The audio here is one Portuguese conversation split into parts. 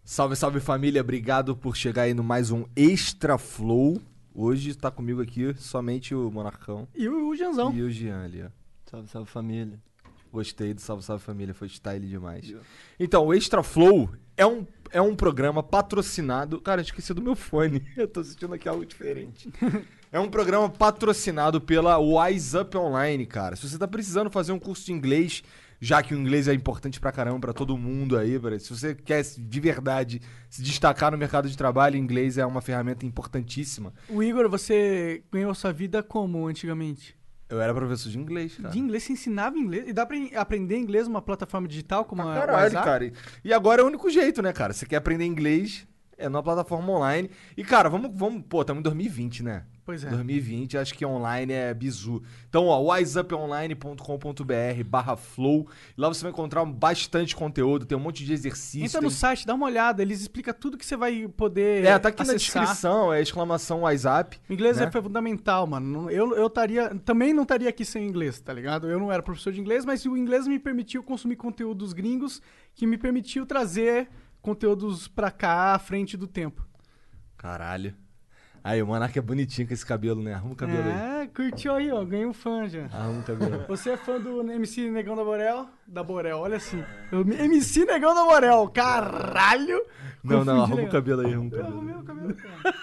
Salve, salve família, obrigado por chegar aí no mais um Extra Flow. Hoje tá comigo aqui somente o Monarcão E o Janzão. e o Jean ali, ó. Salve, salve família. Gostei do Salve, salve família, foi style demais. Então, o Extra Flow é um programa patrocinado... Cara, eu esqueci do meu fone, eu tô assistindo aqui algo diferente. É um programa patrocinado pela Wise Up Online, cara. Se você tá precisando fazer um curso de inglês, já que o inglês é importante pra caramba pra todo mundo aí, se você quer de verdade se destacar no mercado de trabalho, inglês é uma ferramenta importantíssima. O Igor, você ganhou sua vida como antigamente? Eu era professor de inglês, cara. De inglês, você ensinava inglês? E dá pra aprender inglês numa plataforma digital como a Caralho, WhatsApp? cara. E agora é o único jeito, né, cara? Você quer aprender inglês, é numa plataforma online. E, cara, vamos... Pô, estamos em 2020, né? Pois é. 2020, acho que online é bizu. Então, ó, wiseuponline.com.br/flow. Lá você vai encontrar bastante conteúdo, tem um monte de exercício. Entra no site, dá uma olhada, eles explicam tudo que você vai poder tá aqui na acessar. descrição, é exclamação WhatsApp. O inglês né? é fundamental, mano. Eu também não estaria aqui sem inglês, tá ligado? Eu não era professor de inglês, mas o inglês me permitiu consumir conteúdos gringos, que me permitiu trazer conteúdos pra cá à frente do tempo. Caralho. Aí, o Monark é bonitinho com esse cabelo, né? Arruma o cabelo aí. Curtiu aí, ó. Ganhei um fã já. Arruma o cabelo. Você é fã do MC Negão da Borel? Da Borel, olha assim. MC Negão da Borel, caralho! Não, Confundi arruma o legal. cabelo aí, arruma o Eu cabelo. arrumei o cabelo, cara.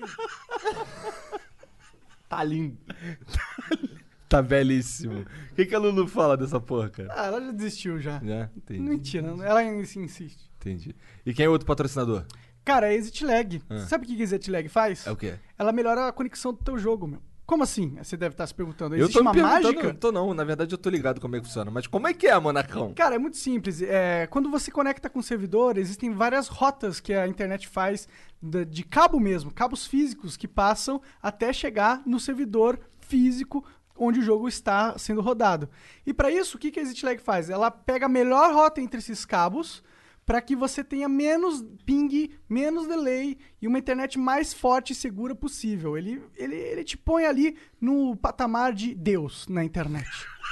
Tá lindo. Tá belíssimo. O que a Lulu fala dessa porra, cara? Ah, ela já desistiu já. Já? Entendi. Mentira, ela insiste. Entendi. E quem é o outro patrocinador? Cara, é Exit Lag. Ah. Sabe o que a Exit Lag faz? É o quê? Ela melhora a conexão do teu jogo, meu. Como assim? Você deve estar se perguntando. Eu Existe tô me uma perguntando, mágica? tô não, na verdade eu tô ligado como é que funciona, mas como é que é, Monarcão? Cara, é muito simples. Quando você conecta com o servidor, existem várias rotas que a internet faz de cabo mesmo, cabos físicos que passam até chegar no servidor físico onde o jogo está sendo rodado. E para isso, o que a ExitLag faz? Ela pega a melhor rota entre esses cabos para que você tenha menos ping, menos delay e uma internet mais forte e segura possível. Ele te põe ali no patamar de Deus na internet.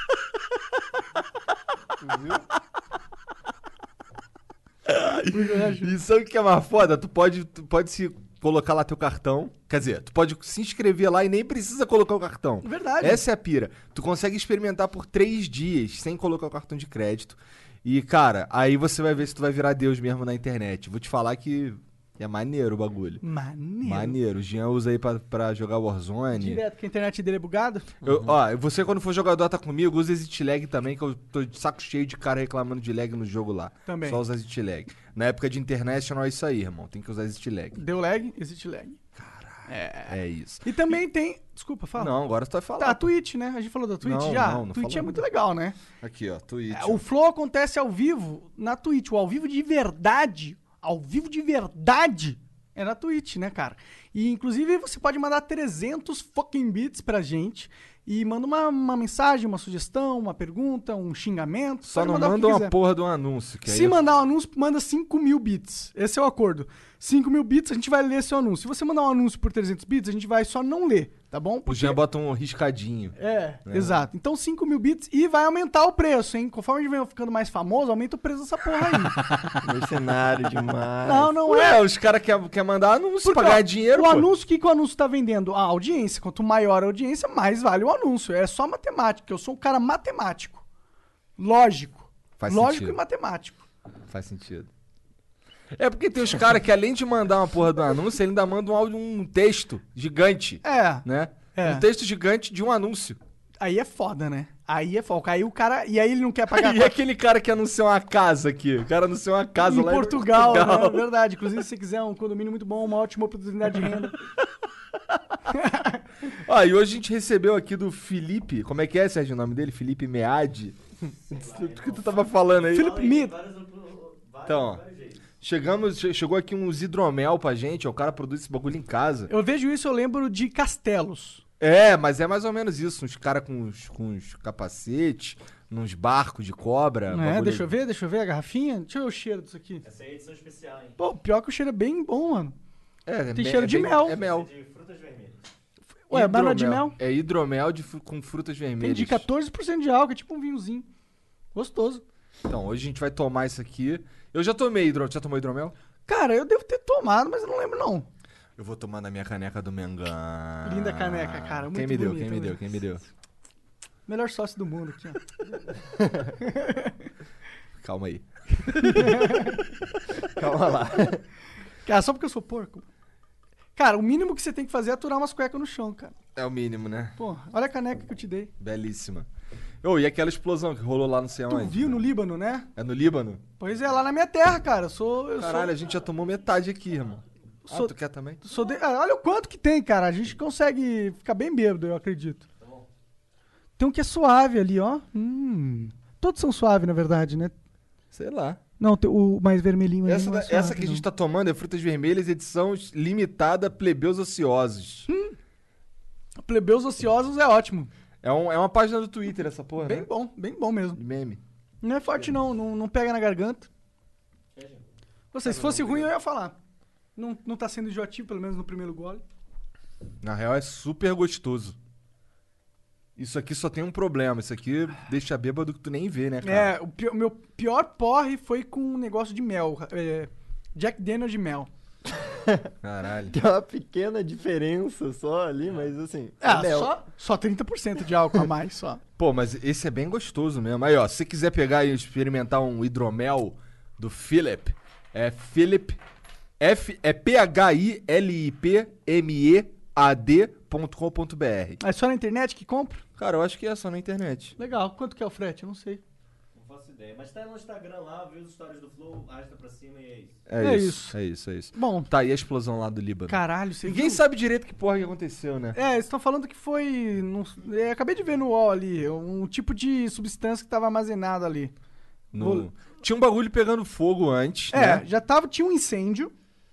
E sabe o que é mais foda? Tu pode se colocar lá teu cartão, quer dizer, tu pode se inscrever lá e nem precisa colocar o cartão. Verdade. Essa é a pira. Tu consegue experimentar por 3 dias sem colocar o cartão de crédito. E, cara, aí você vai ver se tu vai virar Deus mesmo na internet. Vou te falar que é maneiro o bagulho. Maneiro. O Jean usa aí pra jogar Warzone. Direto, que a internet dele é bugada. Você quando for jogador tá comigo, usa Exit Lag também, que eu tô de saco cheio de cara reclamando de lag no jogo lá. Também. Só usa Exit Lag. Na época de International é isso aí, irmão. Tem que usar Exit Lag. Deu lag, existe lag. É isso. E também tem... Desculpa, fala. Não, agora tu vai falar. Tá, a pô. Twitch, né? A gente falou da Twitch Não, já? não Twitch falou é muito nada. legal, né? Aqui, ó, Twitch. O Flow acontece ao vivo na Twitch. O ao vivo de verdade, é na Twitch, né, cara? E, inclusive, você pode mandar 300 fucking bits pra gente e manda uma mensagem, uma sugestão, uma pergunta, um xingamento. Só Pode não mandar o que manda uma quiser. porra de um anúncio. Que aí Se mandar um anúncio, manda 5.000 bits. Esse é o acordo. 5.000 bits, a gente vai ler seu anúncio. Se você mandar um anúncio por 300 bits, a gente vai só não ler, tá bom? o Jean bota um riscadinho. Exato. Então 5.000 bits e vai aumentar o preço, hein? Conforme a gente vem ficando mais famoso, aumenta o preço dessa porra aí. Mercenário demais. Não é. Os caras querem mandar anúncio Porque, pra ganhar dinheiro, o pô. anúncio, o que o anúncio tá vendendo? A audiência. Quanto maior a audiência, mais vale o anúncio. É só matemática. Eu sou um cara matemático. Lógico. Faz Lógico sentido. e matemático. Faz sentido. É porque tem os caras que além de mandar uma porra do anúncio, ele ainda manda um texto gigante, né? Um texto gigante de um anúncio. Aí é foda, né? Aí é foda. Aí o cara... E aí ele não quer pagar... E aquele cara que anunciou uma casa aqui? O cara anunciou uma casa em lá Portugal, em Portugal. né? Verdade. Inclusive, se você quiser um condomínio muito bom, uma ótima oportunidade de renda. E hoje a gente recebeu aqui do Felipe. Como é que é, Sérgio, o nome dele? Felipe Meade. O que tu tava falando aí? Felipe Mid. Então, chegou aqui uns hidromel pra gente. O cara produz esse bagulho em casa. Eu vejo isso, eu lembro de Castelos. É, mas é mais ou menos isso. Uns caras com uns capacetes, nos barcos de cobra. Não é? bagulho- Deixa eu ver a garrafinha. Deixa eu ver o cheiro disso aqui. Essa é a edição especial, hein? Pô, pior que o cheiro é bem bom, mano. Tem cheiro de bem- mel. É mel. De frutas vermelhas. Ué, mas não é de mel? É hidromel com frutas Tem vermelhas. de 14% de álcool, é tipo um vinhozinho. Gostoso. Então, hoje a gente vai tomar isso aqui. Eu já tomei hidromel. Já tomou hidromel? Cara, eu devo ter tomado, mas eu não lembro, não. Eu vou tomar na minha caneca do Mengão. Linda caneca, cara. Muito Quem me deu, bonita, quem me deu, né? quem me deu? Melhor sócio do mundo aqui, ó. Calma aí. Calma lá. Cara, só porque eu sou porco. Cara, o mínimo que você tem que fazer é aturar umas cuecas no chão, cara. É o mínimo, né? Pô, olha a caneca que eu te dei. Belíssima. Ô, e aquela explosão que rolou lá não sei Tu aonde? viu no Líbano, né? É no Líbano? Pois é, lá na minha terra, cara. Eu Caralho, a gente já tomou metade aqui, irmão. Sou- Tu quer também? olha o quanto que tem, cara. A gente consegue ficar bem bêbado, eu acredito. Tem um que é suave ali, ó. Todos são suaves, na verdade, né? Sei lá. Não, o mais vermelhinho ali Essa, não é suave, essa que a não. gente tá tomando é Frutas Vermelhas, edição limitada Plebeus Ociosos. Plebeus ociosos é ótimo. É uma página do Twitter essa porra, né? Bem bom mesmo. De meme. Não é forte não pega na garganta. Se fosse ruim eu ia falar. Não tá sendo enjoativo, pelo menos no primeiro gole. Na real é super gostoso. Isso aqui só tem um problema. Isso aqui deixa bêbado que tu nem vê, né, cara? É, o meu pior porre foi com um negócio de mel. Jack Daniels de mel. Caralho. Tem uma pequena diferença só ali, mas assim. é mel. Só 30% de álcool a mais, só. Pô, mas esse é bem gostoso mesmo. Aí, ó, se você quiser pegar e experimentar um hidromel do Philip, é Philip, philipmead.com.br. É só na internet que compra? Cara, eu acho que é só na internet. Legal. Quanto que é o frete? Eu não sei. Não faço ideia. Mas tá no Instagram lá, vê os stories do Flow, arrasta pra cima e é isso. É isso. É isso, é isso. Bom, Tá aí a explosão lá do Líbano. caralho, você Ninguém viu? sabe direito que porra que aconteceu, né? Eles estão falando que foi... acabei de ver no UOL ali. Um tipo de substância que tava armazenada ali. Tinha um bagulho pegando fogo antes, né? Tinha um incêndio.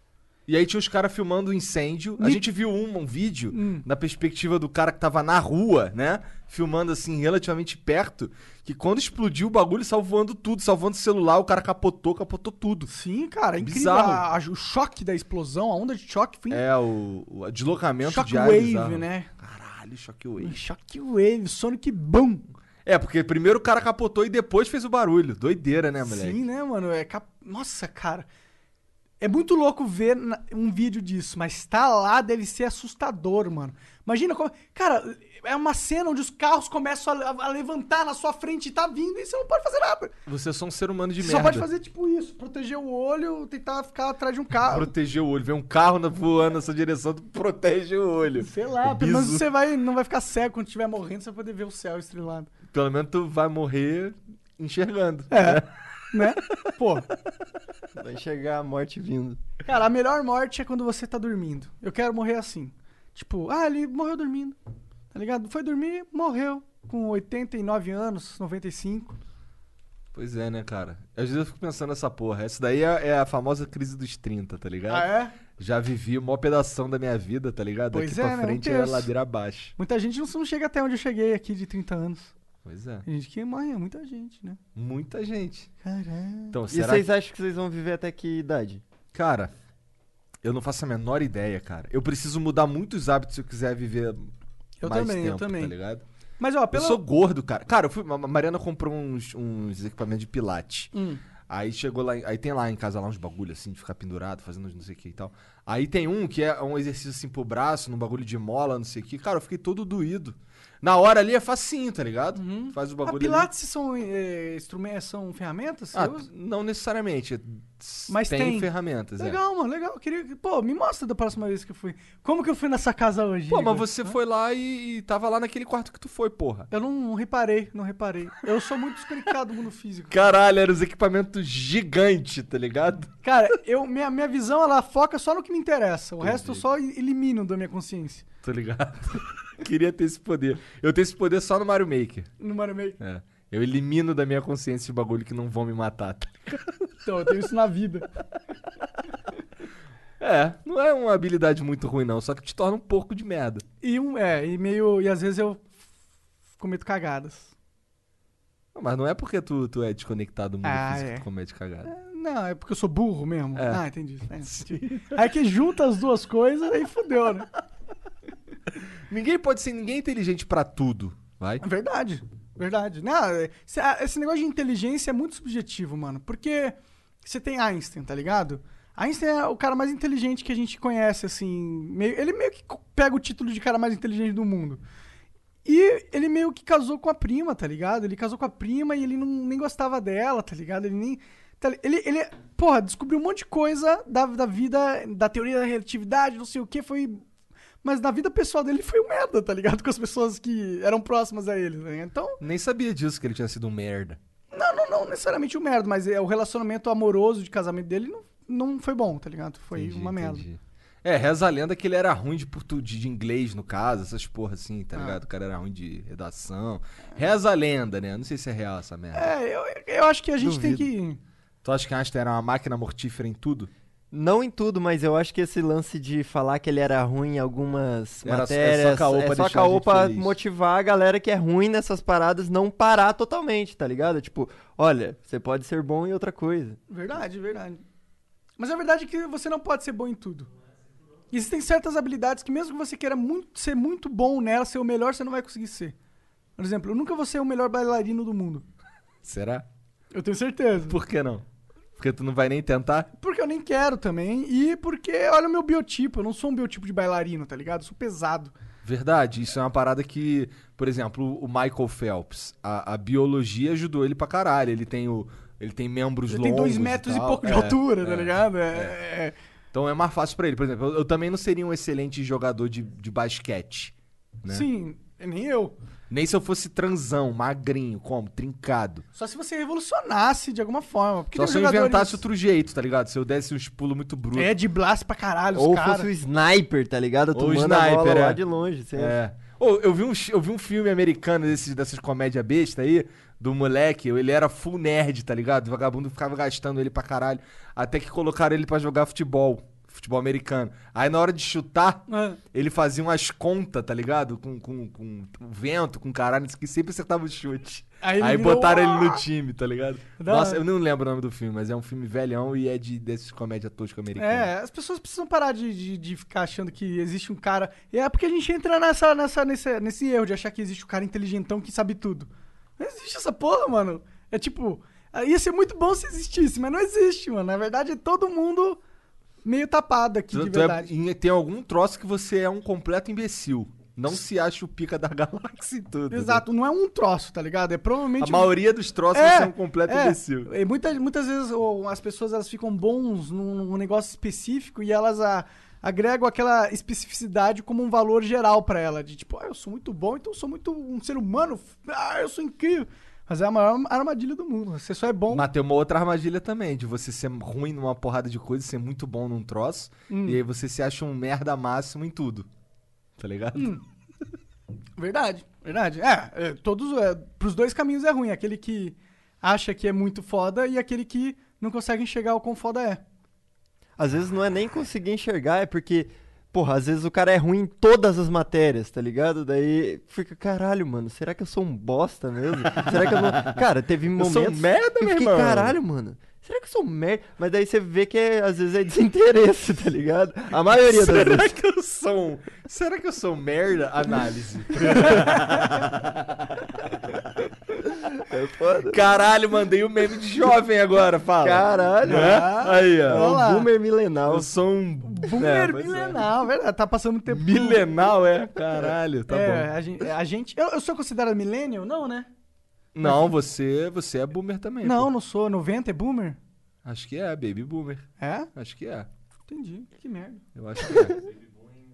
E aí tinha os caras filmando o incêndio. A gente viu um vídeo na perspectiva do cara que tava na rua, né? Filmando assim, relativamente perto. Que quando explodiu o bagulho, saiu voando tudo. Salvando o celular, o cara capotou tudo. Sim, cara, é incrível. Bizarro. O choque da explosão, a onda de choque foi O deslocamento de ar Shockwave, bizarro. né? Caralho, Shockwave. Shockwave, Sonic Boom. É, porque primeiro o cara capotou e depois fez o barulho. Doideira, né, moleque? Sim, né, mano? Nossa, cara. É muito louco ver um vídeo disso, mas tá lá deve ser assustador, mano. Imagina como... Cara, é uma cena onde os carros começam a levantar na sua frente e tá vindo e você não pode fazer nada. Você é só um ser humano de Você merda. só pode fazer tipo isso, proteger o olho, tentar ficar atrás de um carro. Proteger o olho. Vem um carro voando nessa direção, tu protege o olho. Sei lá, pelo menos você não vai ficar cego quando estiver morrendo, você vai poder ver o céu estrelado. Pelo menos tu vai morrer enxergando. Né? Pô. Vai chegar a morte vindo. Cara, a melhor morte é quando você tá dormindo. Eu quero morrer assim. Tipo, ele morreu dormindo. Tá ligado? Foi dormir, morreu. Com 89 anos, 95. Pois é, né, cara? Às vezes eu fico pensando nessa porra. Essa daí é a famosa crise dos 30, tá ligado? Ah, é? Já vivi o maior pedação da minha vida, tá ligado? Pois Daqui é, pra né? Um frente é terço. ladeira abaixo. Muita gente não chega até onde eu cheguei aqui de 30 anos. Pois é. Tem gente que morre, muita gente, né? Muita gente. Caralho. Então, E será vocês acham que vocês vão viver até que idade? Cara, eu não faço a menor ideia, cara. Eu preciso mudar muitos hábitos se eu quiser viver mais tempo, eu também. tá ligado? Mas, ó, Eu sou gordo, cara. Cara, a Mariana comprou uns equipamentos de pilates. Aí chegou lá, aí tem lá em casa lá uns bagulho assim, de ficar pendurado, fazendo não sei o que e tal. Aí tem um que é um exercício assim pro braço, num bagulho de mola, não sei o que. Cara, eu fiquei todo doído. Na hora ali é facinho, tá ligado? Faz o bagulho ali. Pilates são instrumentos, são ferramentas? Você usa? Não necessariamente. Mas tem ferramentas, Legal, mano, legal. Eu queria... Pô, me mostra da próxima vez que eu fui. Como que eu fui nessa casa hoje? Pô, mas Igor? você foi lá e tava lá naquele quarto que tu foi, porra. Eu não reparei. Eu sou muito desconectado do mundo físico. Caralho, eram os equipamentos gigantes, tá ligado? Cara, minha visão, ela foca só no que me interessa. O resto eu só elimino da minha consciência. Tá ligado? Queria ter esse poder. Eu tenho esse poder só no Mario Maker. No Mario Maker. É. Eu elimino da minha consciência o bagulho que não vão me matar. Tá? Então, eu tenho isso na vida. Não é uma habilidade muito ruim, não. Só que te torna um pouco de merda. E às vezes eu cometo cagadas. Mas não é porque tu é desconectado do mundo físico que é. tu comete cagada. Não, é porque eu sou burro mesmo. É. Entendi. Entendi. Aí que junta as duas coisas, aí fudeu, né? Ninguém pode ser ninguém inteligente pra tudo, vai? Verdade. Não, esse negócio de inteligência é muito subjetivo, mano. Porque você tem Einstein, tá ligado? Einstein é o cara mais inteligente que a gente conhece, assim. Ele meio que pega o título de cara mais inteligente do mundo. E ele meio que casou com a prima, tá ligado? Ele casou com a prima e ele nem gostava dela, tá ligado? Ele nem... Ele, porra, descobriu um monte de coisa da vida, da teoria da relatividade, não sei o que, foi... Mas na vida pessoal dele foi um merda, tá ligado? Com as pessoas que eram próximas a ele, né? Então... Nem sabia disso, que ele tinha sido um merda. Não necessariamente um merda, mas o relacionamento amoroso de casamento dele não foi bom, tá ligado? Foi uma merda. Reza a lenda que ele era ruim de inglês, no caso, essas porra assim, tá ligado? O cara era ruim de redação. Reza a lenda, né? Não sei se é real essa merda. Eu acho que a gente tem que... Tu acha que Einstein era uma máquina mortífera em tudo? Não em tudo, mas eu acho que esse lance de falar que ele era ruim em algumas matérias é só caô pra motivar a galera que é ruim nessas paradas não parar totalmente, tá ligado? Tipo, olha, você pode ser bom em outra coisa. Verdade. Mas a verdade é que você não pode ser bom em tudo. Existem certas habilidades que mesmo que você queira ser muito bom nela, ser o melhor, você não vai conseguir ser. Por exemplo, eu nunca vou ser o melhor bailarino do mundo. Será? Eu tenho certeza. Por que não? Porque tu não vai nem tentar? Porque eu nem quero também. E porque, olha o meu biotipo. Eu não sou um biotipo de bailarino, tá ligado? Eu sou pesado. Verdade. Isso é uma parada que, por exemplo, o Michael Phelps, a biologia ajudou ele pra caralho. Ele tem membros longos. Ele tem 2 metros e pouco de altura, tá ligado? Então é mais fácil pra ele. Por exemplo, eu também não seria um excelente jogador de basquete. Né? Sim, nem eu. Nem se eu fosse transão, magrinho, como? Trincado. Só se você revolucionasse de alguma forma. Porque só se eu inventasse outro jeito, tá ligado? Se eu desse uns pulos muito brutos. De blast pra caralho, Ou fosse o sniper, tá ligado? Tu manda a bola lá de longe. Eu vi um filme americano dessas comédias besta aí, do moleque, ele era full nerd, tá ligado? O vagabundo ficava gastando ele pra caralho. Até que colocaram ele pra jogar futebol americano. Aí na hora de chutar, ele fazia umas contas, tá ligado? Com vento, com caralho, que sempre acertava o chute. Aí botaram ele no time, tá ligado? Nossa, eu não lembro o nome do filme, mas é um filme velhão e é desses comédia tosco americano. As pessoas precisam parar de ficar achando que existe um cara... É porque a gente entra nesse erro de achar que existe um cara inteligentão que sabe tudo. Não existe essa porra, mano. É tipo... Ia ser muito bom se existisse, mas não existe, mano. Na verdade, é todo mundo... meio tapado aqui, de verdade. Tem algum troço que você é um completo imbecil. Não se acha o pica da galáxia e tudo. Exato, não é um troço, tá ligado? É provavelmente... A maioria dos troços você é um completo imbecil. E muitas vezes as pessoas elas ficam bons num negócio específico e elas agregam aquela especificidade como um valor geral pra ela. De tipo, eu sou muito bom, então eu sou muito um ser humano. Eu sou incrível. Mas é a maior armadilha do mundo. Você só é bom... Mas tem uma outra armadilha também, de você ser ruim numa porrada de coisa, ser muito bom num troço, e aí você se acha um merda máximo em tudo. Tá ligado? Verdade. Pros dois caminhos é ruim. Aquele que acha que é muito foda e aquele que não consegue enxergar o quão foda é. Às vezes não é nem conseguir enxergar, é porque... Porra, às vezes o cara é ruim em todas as matérias, tá ligado? Daí fica, caralho, mano, será que eu sou um bosta mesmo? Será que eu não... Cara, teve momentos... Eu sou um merda, meu irmão? Caralho, mano, será que eu sou um merda? Mas daí você vê que às vezes é desinteresse, tá ligado? A maioria das vezes. Será que eu sou um merda? Análise. É foda. Caralho, mandei um meme de jovem agora, fala. Caralho. Aí, ó. É um boomer milenal. Eu sou um... Boomer milenal, verdade. Tá passando muito tempo... Milenal, Caralho, tá bom. A gente... Eu sou considerado millennial? Não, né? Não, você é boomer também. Não sou. 90 é boomer? Acho que é, baby boomer. É? Acho que é. Entendi. Que merda. Eu acho que é.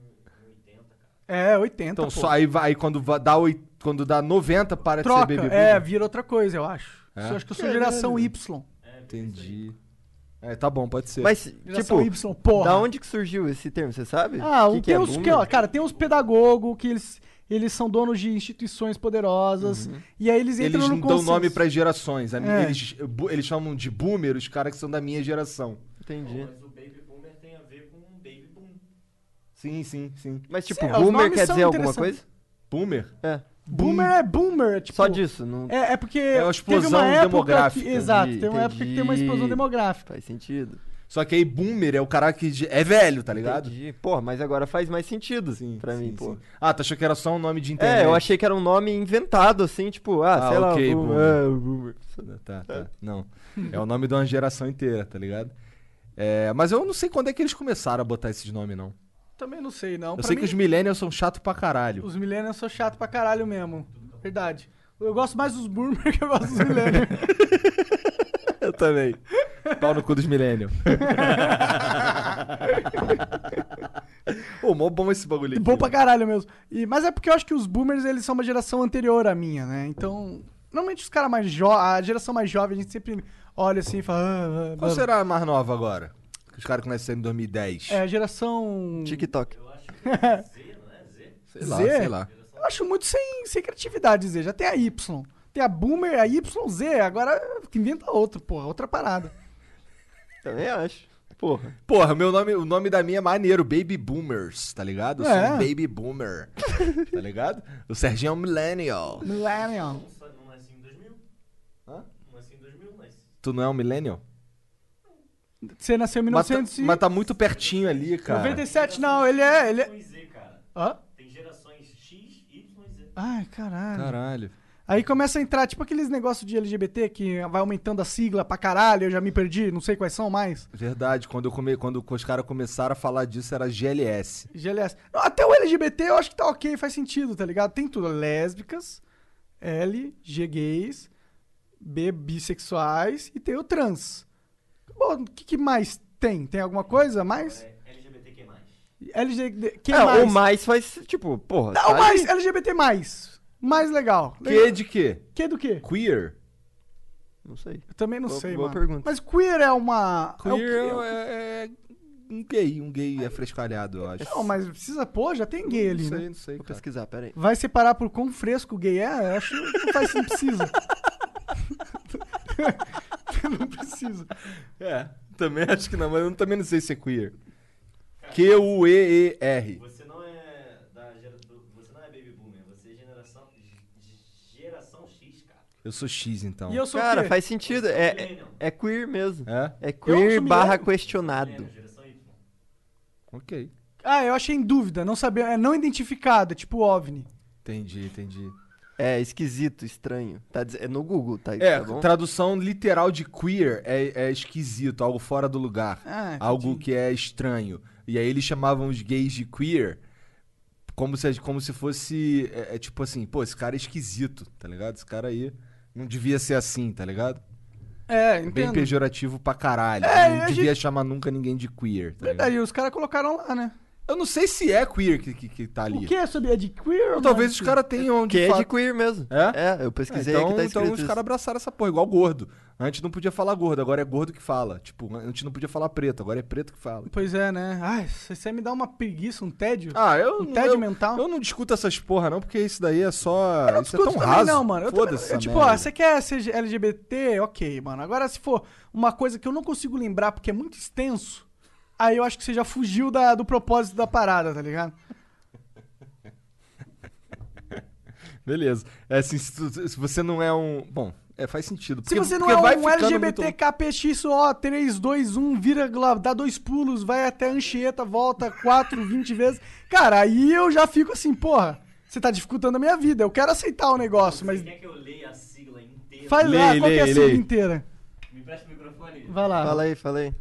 80, então, pô. só aí quando dá 90 para Troca, de ser baby boomer. vira outra coisa, eu acho. Eu acho que eu sou geração Y. Entendi. Tá bom, pode ser. Mas, geração tipo, Y, porra. da onde que surgiu esse termo, você sabe? Cara, tem uns pedagogos que eles são donos de instituições poderosas, e aí eles entram no consenso. Eles dão nome para gerações. Eles chamam de boomer os caras que são da minha geração. Entendi. Mas o baby boomer tem a ver com baby boom. Sim. Mas, tipo, boomer quer dizer alguma coisa? Boomer? É. Boomer é boomer, tipo... Só disso, não... É porque uma explosão teve uma época demográfica. Exato, tem uma época que tem uma explosão demográfica. Faz sentido. Só que aí boomer é o cara que é velho, tá ligado? Entendi. Porra, mas agora faz mais sentido, pra mim, pô. Sim. Ah, tu achou que era só um nome de internet? Eu achei que era um nome inventado, assim, tipo, sei lá, ok, boomer. Tá. Não. É o nome de uma geração inteira, tá ligado? Mas eu não sei quando é que eles começaram a botar esses nomes, não. Também não sei, não. Eu Pra sei mim, que os millennials são chato pra caralho. os millennials são chato pra caralho mesmo. Verdade. Eu gosto mais dos boomers que eu gosto dos millennials. Eu também. Pau no cu dos millennials. Pô, mó bom esse bagulho aqui. Bom pra caralho mesmo. Mas é porque eu acho que os boomers, eles são uma geração anterior à minha, né? Então, normalmente os caras mais jovens, a geração mais jovem, a gente sempre olha assim e fala... Qual será a mais nova agora? Que os caras começam em 2010. É, a geração... TikTok. Eu acho que é Z, não é Z? Sei lá, Z? sei lá. Eu acho muito sem criatividade, Z. Já tem a Y. Tem a Boomer, a YZ. Agora inventa outro, porra. Outra parada. Também acho. Porra. Porra, o nome da minha é maneiro, Baby Boomers, tá ligado? Eu sou um Baby Boomer, tá ligado? O Serginho é um millennial. Millennial. Não nasci em 2000? Hã? Não nasci em 2000, mas... Tu não é um millennial? Você nasceu em Mas 1997, mas tá muito pertinho ali, cara. não. Ele é... Y e Z, cara. Hã? Tem gerações X, Y e Z. Ai, caralho. Caralho. Aí começa a entrar, tipo aqueles negócios de LGBT que vai aumentando a sigla pra caralho, eu já me perdi, não sei quais são mais. Verdade, quando os caras começaram a falar disso era GLS. GLS. Não, até o LGBT eu acho que tá ok, faz sentido, tá ligado? Tem tudo, lésbicas, L, G gays, B, bissexuais e tem o trans. Bom, o que mais tem? Tem alguma coisa a mais? LGBTQ+. LGBT, O mais faz, tipo, porra. Não, tá o mais, ali. LGBT+. Mais legal. Que de quê? Que do quê? Queer? Não sei. Eu também não Boa- sei, boa mano. pergunta. Mas queer é uma... é o Queer quê? é um gay afrescalhado, eu acho. Não, mas precisa pôr, já tem gay ali, né? Não sei, Vou cara. pesquisar, pera aí. Vai separar por quão fresco o gay é? Eu acho que não faz, não precisa. Não precisa. Também acho que não, mas eu também não sei se é queer. Q-U-E-E-R. Você não é você não é baby boomer, você é geração X, cara. Eu sou X, então. E eu sou Cara, o quê? faz sentido. Você É, millennial. é queer mesmo. É? É Eu queer sou barra millennial. questionado. Millennial, geração Y. Ok. Ah, eu achei em dúvida, não sabia, é não identificado, é tipo OVNI. Entendi. É esquisito, estranho. É no Google, tá, É, tá bom? tradução literal de queer é esquisito, algo fora do lugar. Ah, entendi. Algo que é estranho. E aí eles chamavam os gays de queer como se fosse. Tipo assim, pô, esse cara é esquisito, tá ligado? Esse cara aí não devia ser assim, tá ligado? É, Bem entendo. pejorativo pra caralho. É, não a devia chamar nunca ninguém de queer, tá ligado? Verdade, os caras colocaram lá, né? Eu não sei se é queer que tá ali. O que é sobre? É de queer ou Ou talvez não os é de caras tenham Que é fato- de queer mesmo. É? eu pesquisei então, aqui, tá escrito então os isso. caras abraçaram essa porra, igual gordo. Antes não podia falar gordo, agora é gordo que fala. Tipo, antes não podia falar preto, agora é preto que fala. Pois é, né? Ai, você me dá uma preguiça, um tédio. Eu Um tédio mental. Eu não discuto essas porra, não, porque isso daí é só. Eu não Isso é discuto tão também raso. não, mano. Foda-se. essa Tipo, merda. ó, você quer ser LGBT? Ok, mano. Agora, se for uma coisa que eu não consigo lembrar porque é muito extenso, aí eu acho que você já fugiu do propósito da parada, tá ligado? Beleza. Assim, se você não é um. Bom, faz sentido. Se Porque, você não porque é vai um ficando LGBTKPXO 3, 2, 1, dá 2 pulos, vai até a Anchieta, volta 4, 20 vezes. Cara, aí eu já fico assim, porra, você tá dificultando a minha vida. Eu quero aceitar o negócio, mas Você quer que eu leia a sigla inteira? faz lá, Lê, qual que é a lê, sigla lê. inteira? Me presta o microfone. Vai lá. Fala aí.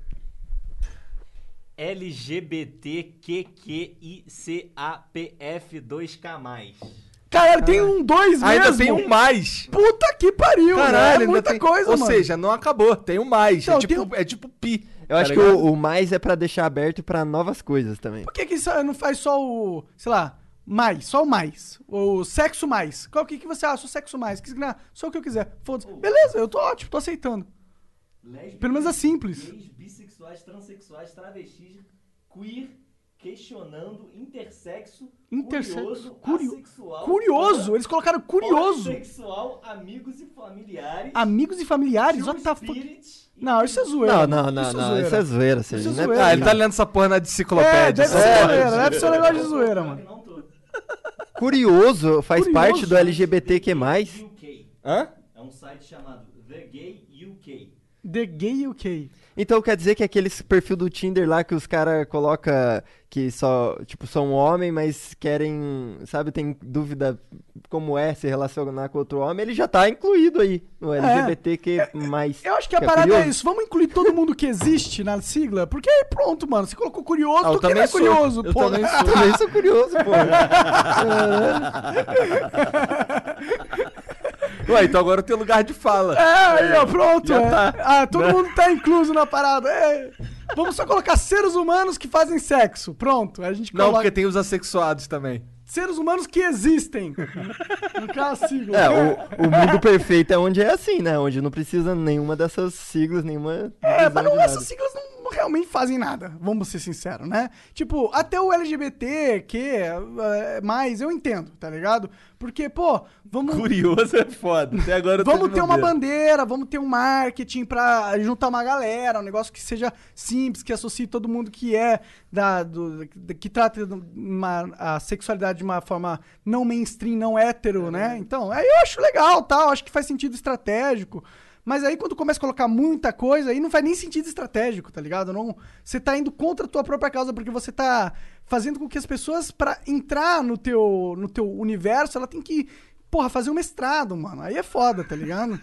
LGBTQQICAPF2K+. Caralho, tem um 2 mesmo. Ainda tem um mais. Puta que pariu, Caralho, é ainda muita tem... coisa, Ou mano. seja, não acabou, tem um mais. Então, É tipo pi. Eu tá acho que ligado? o mais é pra deixar aberto pra novas coisas também. Por que isso não faz só o, sei lá, só o mais, o sexo mais? Qual que você acha? O sexo mais, só o que eu quiser. Foda-se. Beleza, eu tô ótimo, tô aceitando. Lésbicas, Pelo menos é simples. Gays, bissexuais, transexuais, travestis, queer, questionando, intersexo, assexual, Curioso, eles colocaram curioso. Sexual, amigos e familiares. Amigos e familiares, what the fuck? Spirit, Não, isso é zoeira. Não, isso é zoeira, Isso é Sérgio. Não é zoeira. Ah, ele tá lendo essa porra na É, enciclopédia. deve ser essa porra. zoeira, deve ser um negócio de zoeira, mano. Não tô. Curioso faz Curioso. parte do LGBTQ+. UK. Hã? É um site chamado The Gay UK. The Gay UK. Então quer dizer que aquele perfil do Tinder lá que os caras colocam que só, tipo, são homem, mas querem, sabe, tem dúvida como é se relacionar com outro homem, ele já tá incluído aí no LGBTQ+. Eu acho que a Que é parada curioso. é isso. Vamos incluir todo mundo que existe na sigla, porque aí pronto, mano. Você colocou curioso, eu tu que não é também sou. curioso, Eu pô. também sou. Também sou curioso, pô. Ué, então agora tem lugar de fala. Aí, ó, pronto. Já é. tá. Ah, todo mundo tá incluso na parada. É. Vamos só colocar seres humanos que fazem sexo. Pronto. A gente Não, coloca porque tem os assexuados também. seres humanos que existem. No caso, a sigla. O mundo perfeito é onde é assim, né? Onde não precisa nenhuma dessas siglas, nenhuma divisão Mas não, de nada. essas siglas não realmente fazem nada, vamos ser sinceros, né? Tipo, até o LGBT, mais, eu entendo, tá ligado? Porque, pô, vamos... Curioso é foda. Até agora eu tô Vamos de ter uma bobeira. bandeira, vamos ter um marketing pra juntar uma galera, um negócio que seja simples, que associe todo mundo que é que trata a sexualidade de uma forma não mainstream, não hétero, né? Então, aí eu acho legal, tal, acho que faz sentido estratégico. Mas aí quando começa a colocar muita coisa, aí não faz nem sentido estratégico, tá ligado? Não, você tá indo contra a tua própria causa, porque você tá fazendo com que as pessoas, pra entrar no teu universo, ela tem que, porra, fazer um mestrado, mano. Aí é foda, tá ligado?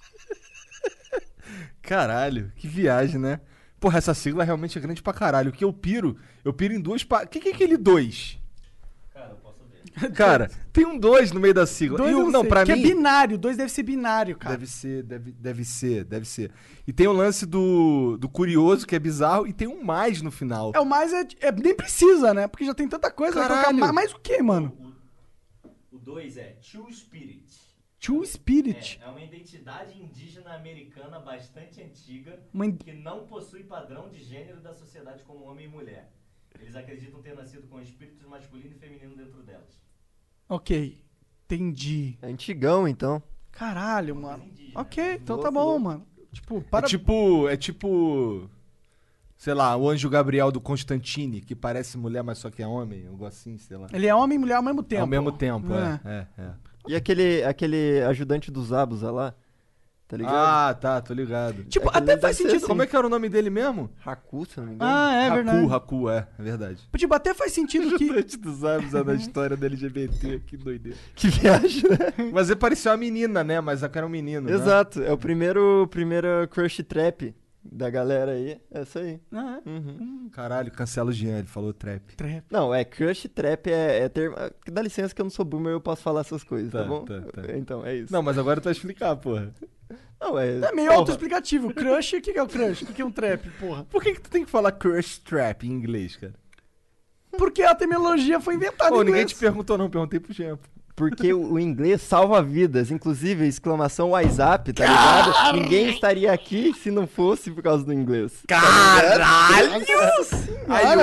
Caralho, que viagem, né? Porra, essa sigla realmente é grande pra caralho. O que eu piro em duas... O que é aquele 2? Cara, eu posso ver. Cara, tem um 2 no meio da sigla. Dois E eu o, não, sei, pra que mim... é binário, 2 deve ser binário, cara. Deve ser. E tem o lance do curioso, que é bizarro, e tem um mais no final. É o mais, nem precisa, né? Porque já tem tanta coisa. Vai colocar Caralho. mais o quê, mano? O 2 é True Spirit. True Spirit. É uma identidade indígena americana bastante antiga Uma que não possui padrão de gênero da sociedade como homem e mulher. Eles acreditam ter nascido com espíritos masculino e feminino dentro delas. Ok, entendi. É antigão, então. Caralho, mano. indígena. Ok, então tá Louco, bom, louco. mano. Tipo, É tipo... Sei lá, o Anjo Gabriel do Constantine, que parece mulher, mas só que é homem, algo assim, sei lá. Ele é homem e mulher ao mesmo tempo. Ao mesmo tempo, é. E aquele ajudante dos Abusa lá, tá ligado? Ah, tá, tô ligado. Tipo, É que até ele faz deve ser sentido. assim. Como é que era o nome dele mesmo? Haku, se eu não me engano. Ah, é verdade. Haku, é verdade. Tipo, até faz sentido que. Ajudante dos Aves na história do LGBT, que doideira. Que viagem, né? Mas ele parecia uma menina, né? Mas era um menino, né? Exato, é o primeiro crush trap da galera aí. É isso aí. Ah, Uhum. Caralho, cancela o Jean, ele falou trap. trap. Não, crush trap é termo. Dá licença que eu não sou boomer, eu posso falar essas coisas, tá, Tá, bom? tá. Então, é isso. Não, mas agora tu vai explicar, porra. Não, É meio porra, autoexplicativo. Crush, o que é o crush? O que é um trap, porra? Por que tu tem que falar crush trap em inglês, cara? Porque a terminologia foi inventada Pô, em ninguém inglês. te perguntou não, perguntei pro Jean. Porque o inglês salva vidas, inclusive exclamação WhatsApp, tá ligado? Ninguém estaria aqui se não fosse por causa do inglês. Caralho! Aí, Cara,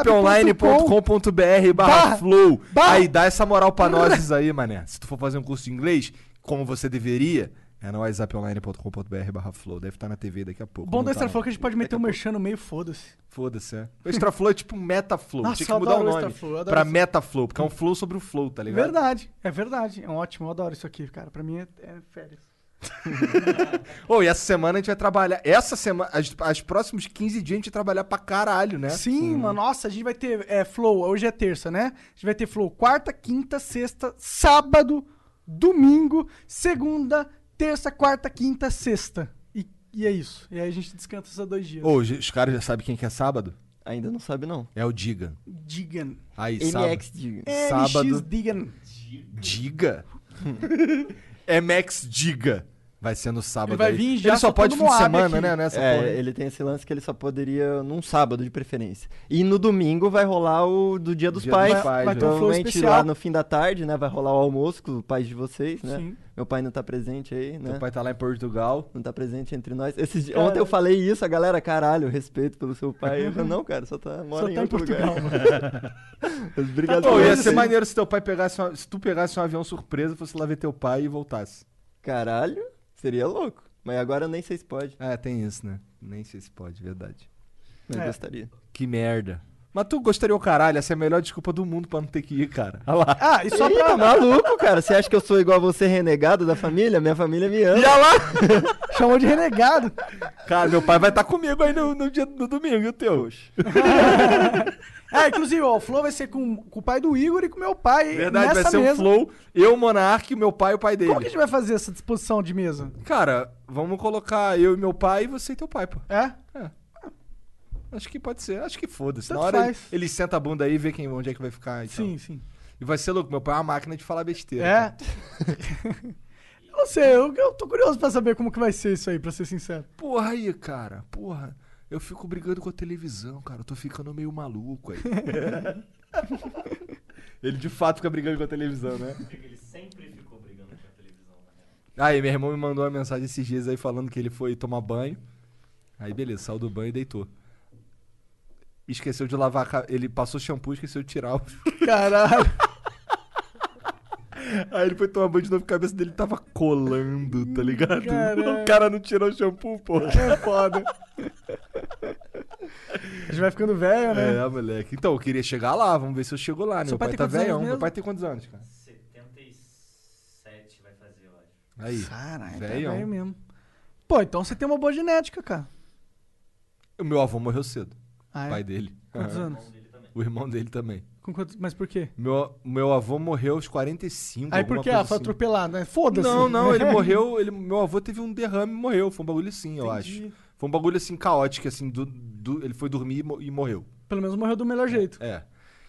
whatsapponline.com.br/flow. Barra. Aí, dá essa moral pra nós aí, mané. Se tu for fazer um curso de inglês, como você deveria, é no whatsapponline.com.br/flow. Deve estar na TV daqui a pouco. Bom não do tá, Extra não. Flow que a gente pode meter um Daqui a merchan no meio, foda-se. pouco. Foda-se, é. O Extra Flow é tipo um Metaflow. Nossa, Tinha que eu mudar o adoro o nome Extra Flow, eu adoro pra isso. Metaflow, porque é um flow sobre o flow, tá ligado? Verdade, é verdade. É um ótimo, eu adoro isso aqui, cara. Pra mim é férias. Ô, e essa semana a gente vai trabalhar. Essa semana, as próximos 15 dias a gente vai trabalhar pra caralho, né? Sim, mano. Nossa, a gente vai ter Flow, hoje é terça, né? A gente vai ter Flow quarta, quinta, sexta, sábado, domingo, segunda, terça, quarta, quinta, sexta. E é isso. E aí a gente descansa esses 2 dias. Ô, os caras já sabem quem que é sábado? Ainda não sabe, não. É o Diga. Digan. Aí, sábado. MX Diga. Sábado. MX Digan. Diga? MX Diga. Vai ser no sábado. Ele vai aí. vir já Ele só pode fim soltando de Moab semana, aqui. né? Nessa porra. Ele tem esse lance que ele só poderia num sábado de preferência. E no domingo vai rolar o do Dia dos Dia Pais. dos Pais, vai ter um flow Provavelmente especial. lá no fim da tarde, né? Vai rolar o almoço com os pais de vocês, né? Sim. Meu pai não tá presente aí, né? Teu pai tá lá em Portugal. Não tá presente entre nós. Cara. Ontem eu falei isso, a galera, caralho, respeito pelo seu pai. Eu falei, não, cara, só mora Só em tá em outro Portugal. lugar. Obrigado Pô, por ia isso. ser maneiro se teu pai pegasse se tu pegasse um avião surpresa, fosse lá ver teu pai e voltasse. Caralho, seria louco. Mas agora eu nem sei se pode. É, tem isso, né? Nem sei se pode, verdade. Mas É. gostaria. Que merda. Mas tu gostaria o caralho, essa é a melhor desculpa do mundo pra não ter que ir, cara. Olha lá. Ah, e só Ih, pra... tá maluco, cara? Você acha que eu sou igual a você, renegado da família? Minha família me ama. E olha lá! Chamou de renegado. Cara, meu pai vai estar comigo aí no domingo, e o teu? Inclusive, ó, o Flow vai ser com o pai do Igor e com o meu pai. Verdade, nessa vai ser mesa. um Flow, eu, Monark, meu pai e o pai dele. Como que a gente vai fazer essa disposição de mesa? Cara, vamos colocar eu e meu pai e você e teu pai, pô. É? Acho que pode ser, acho que foda-se. Tanto Na hora faz. ele senta a bunda aí e vê onde é que vai ficar. Sim, sim. E vai ser louco, meu pai é uma máquina de falar besteira. É. cara. Eu não sei, eu tô curioso pra saber como que vai ser isso aí, pra ser sincero. Porra aí, cara, porra. Eu fico brigando com a televisão, cara. Eu tô ficando meio maluco aí. Ele de fato fica brigando com a televisão, né? Ele sempre ficou brigando com a televisão, na real. Aí, meu irmão me mandou uma mensagem esses dias aí falando que ele foi tomar banho. Aí, beleza, saiu do banho e deitou. Esqueceu de lavar ele passou shampoo e esqueceu de tirar o... Caralho. Aí ele foi tomar banho de novo, a cabeça dele tava colando, tá ligado? Caralho. O cara não tirou o shampoo, porra. É foda. A gente vai ficando velho, né? É, moleque. Então, eu queria chegar lá, vamos ver se eu chego lá, né? Seu Meu pai pai tem tá quantos anos velhão. Meu mesmo? pai tem quantos anos, cara? 77 vai fazer, eu acho. Aí, Caralho, tá velhão. velho mesmo. Pô, então você tem uma boa genética, cara. O meu avô morreu cedo, Ah, o é? pai dele. Quantos Aham. anos? O dele também. O irmão dele também. Mas por quê? Meu avô morreu aos 45, Aí alguma por quê? coisa Foi assim. atropelado, né? Foda-se. Não, ele morreu, meu avô teve um derrame e morreu. Foi um bagulho assim, eu Entendi. acho. Foi um bagulho assim caótico, assim, ele foi dormir e morreu. Pelo menos morreu do melhor jeito. É.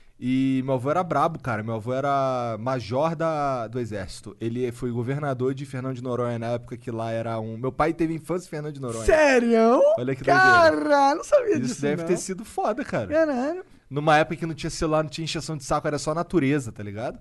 E meu avô era brabo, cara. Meu avô era major do exército. Ele foi governador de Fernando de Noronha na época que lá era um... Meu pai teve infância em Fernando de Noronha. Sério? Olha que doideira. Caralho, não sabia disso. Isso deve não. ter sido foda, cara. Caralho. Numa época que não tinha celular, não tinha encheção de saco, era só natureza, tá ligado?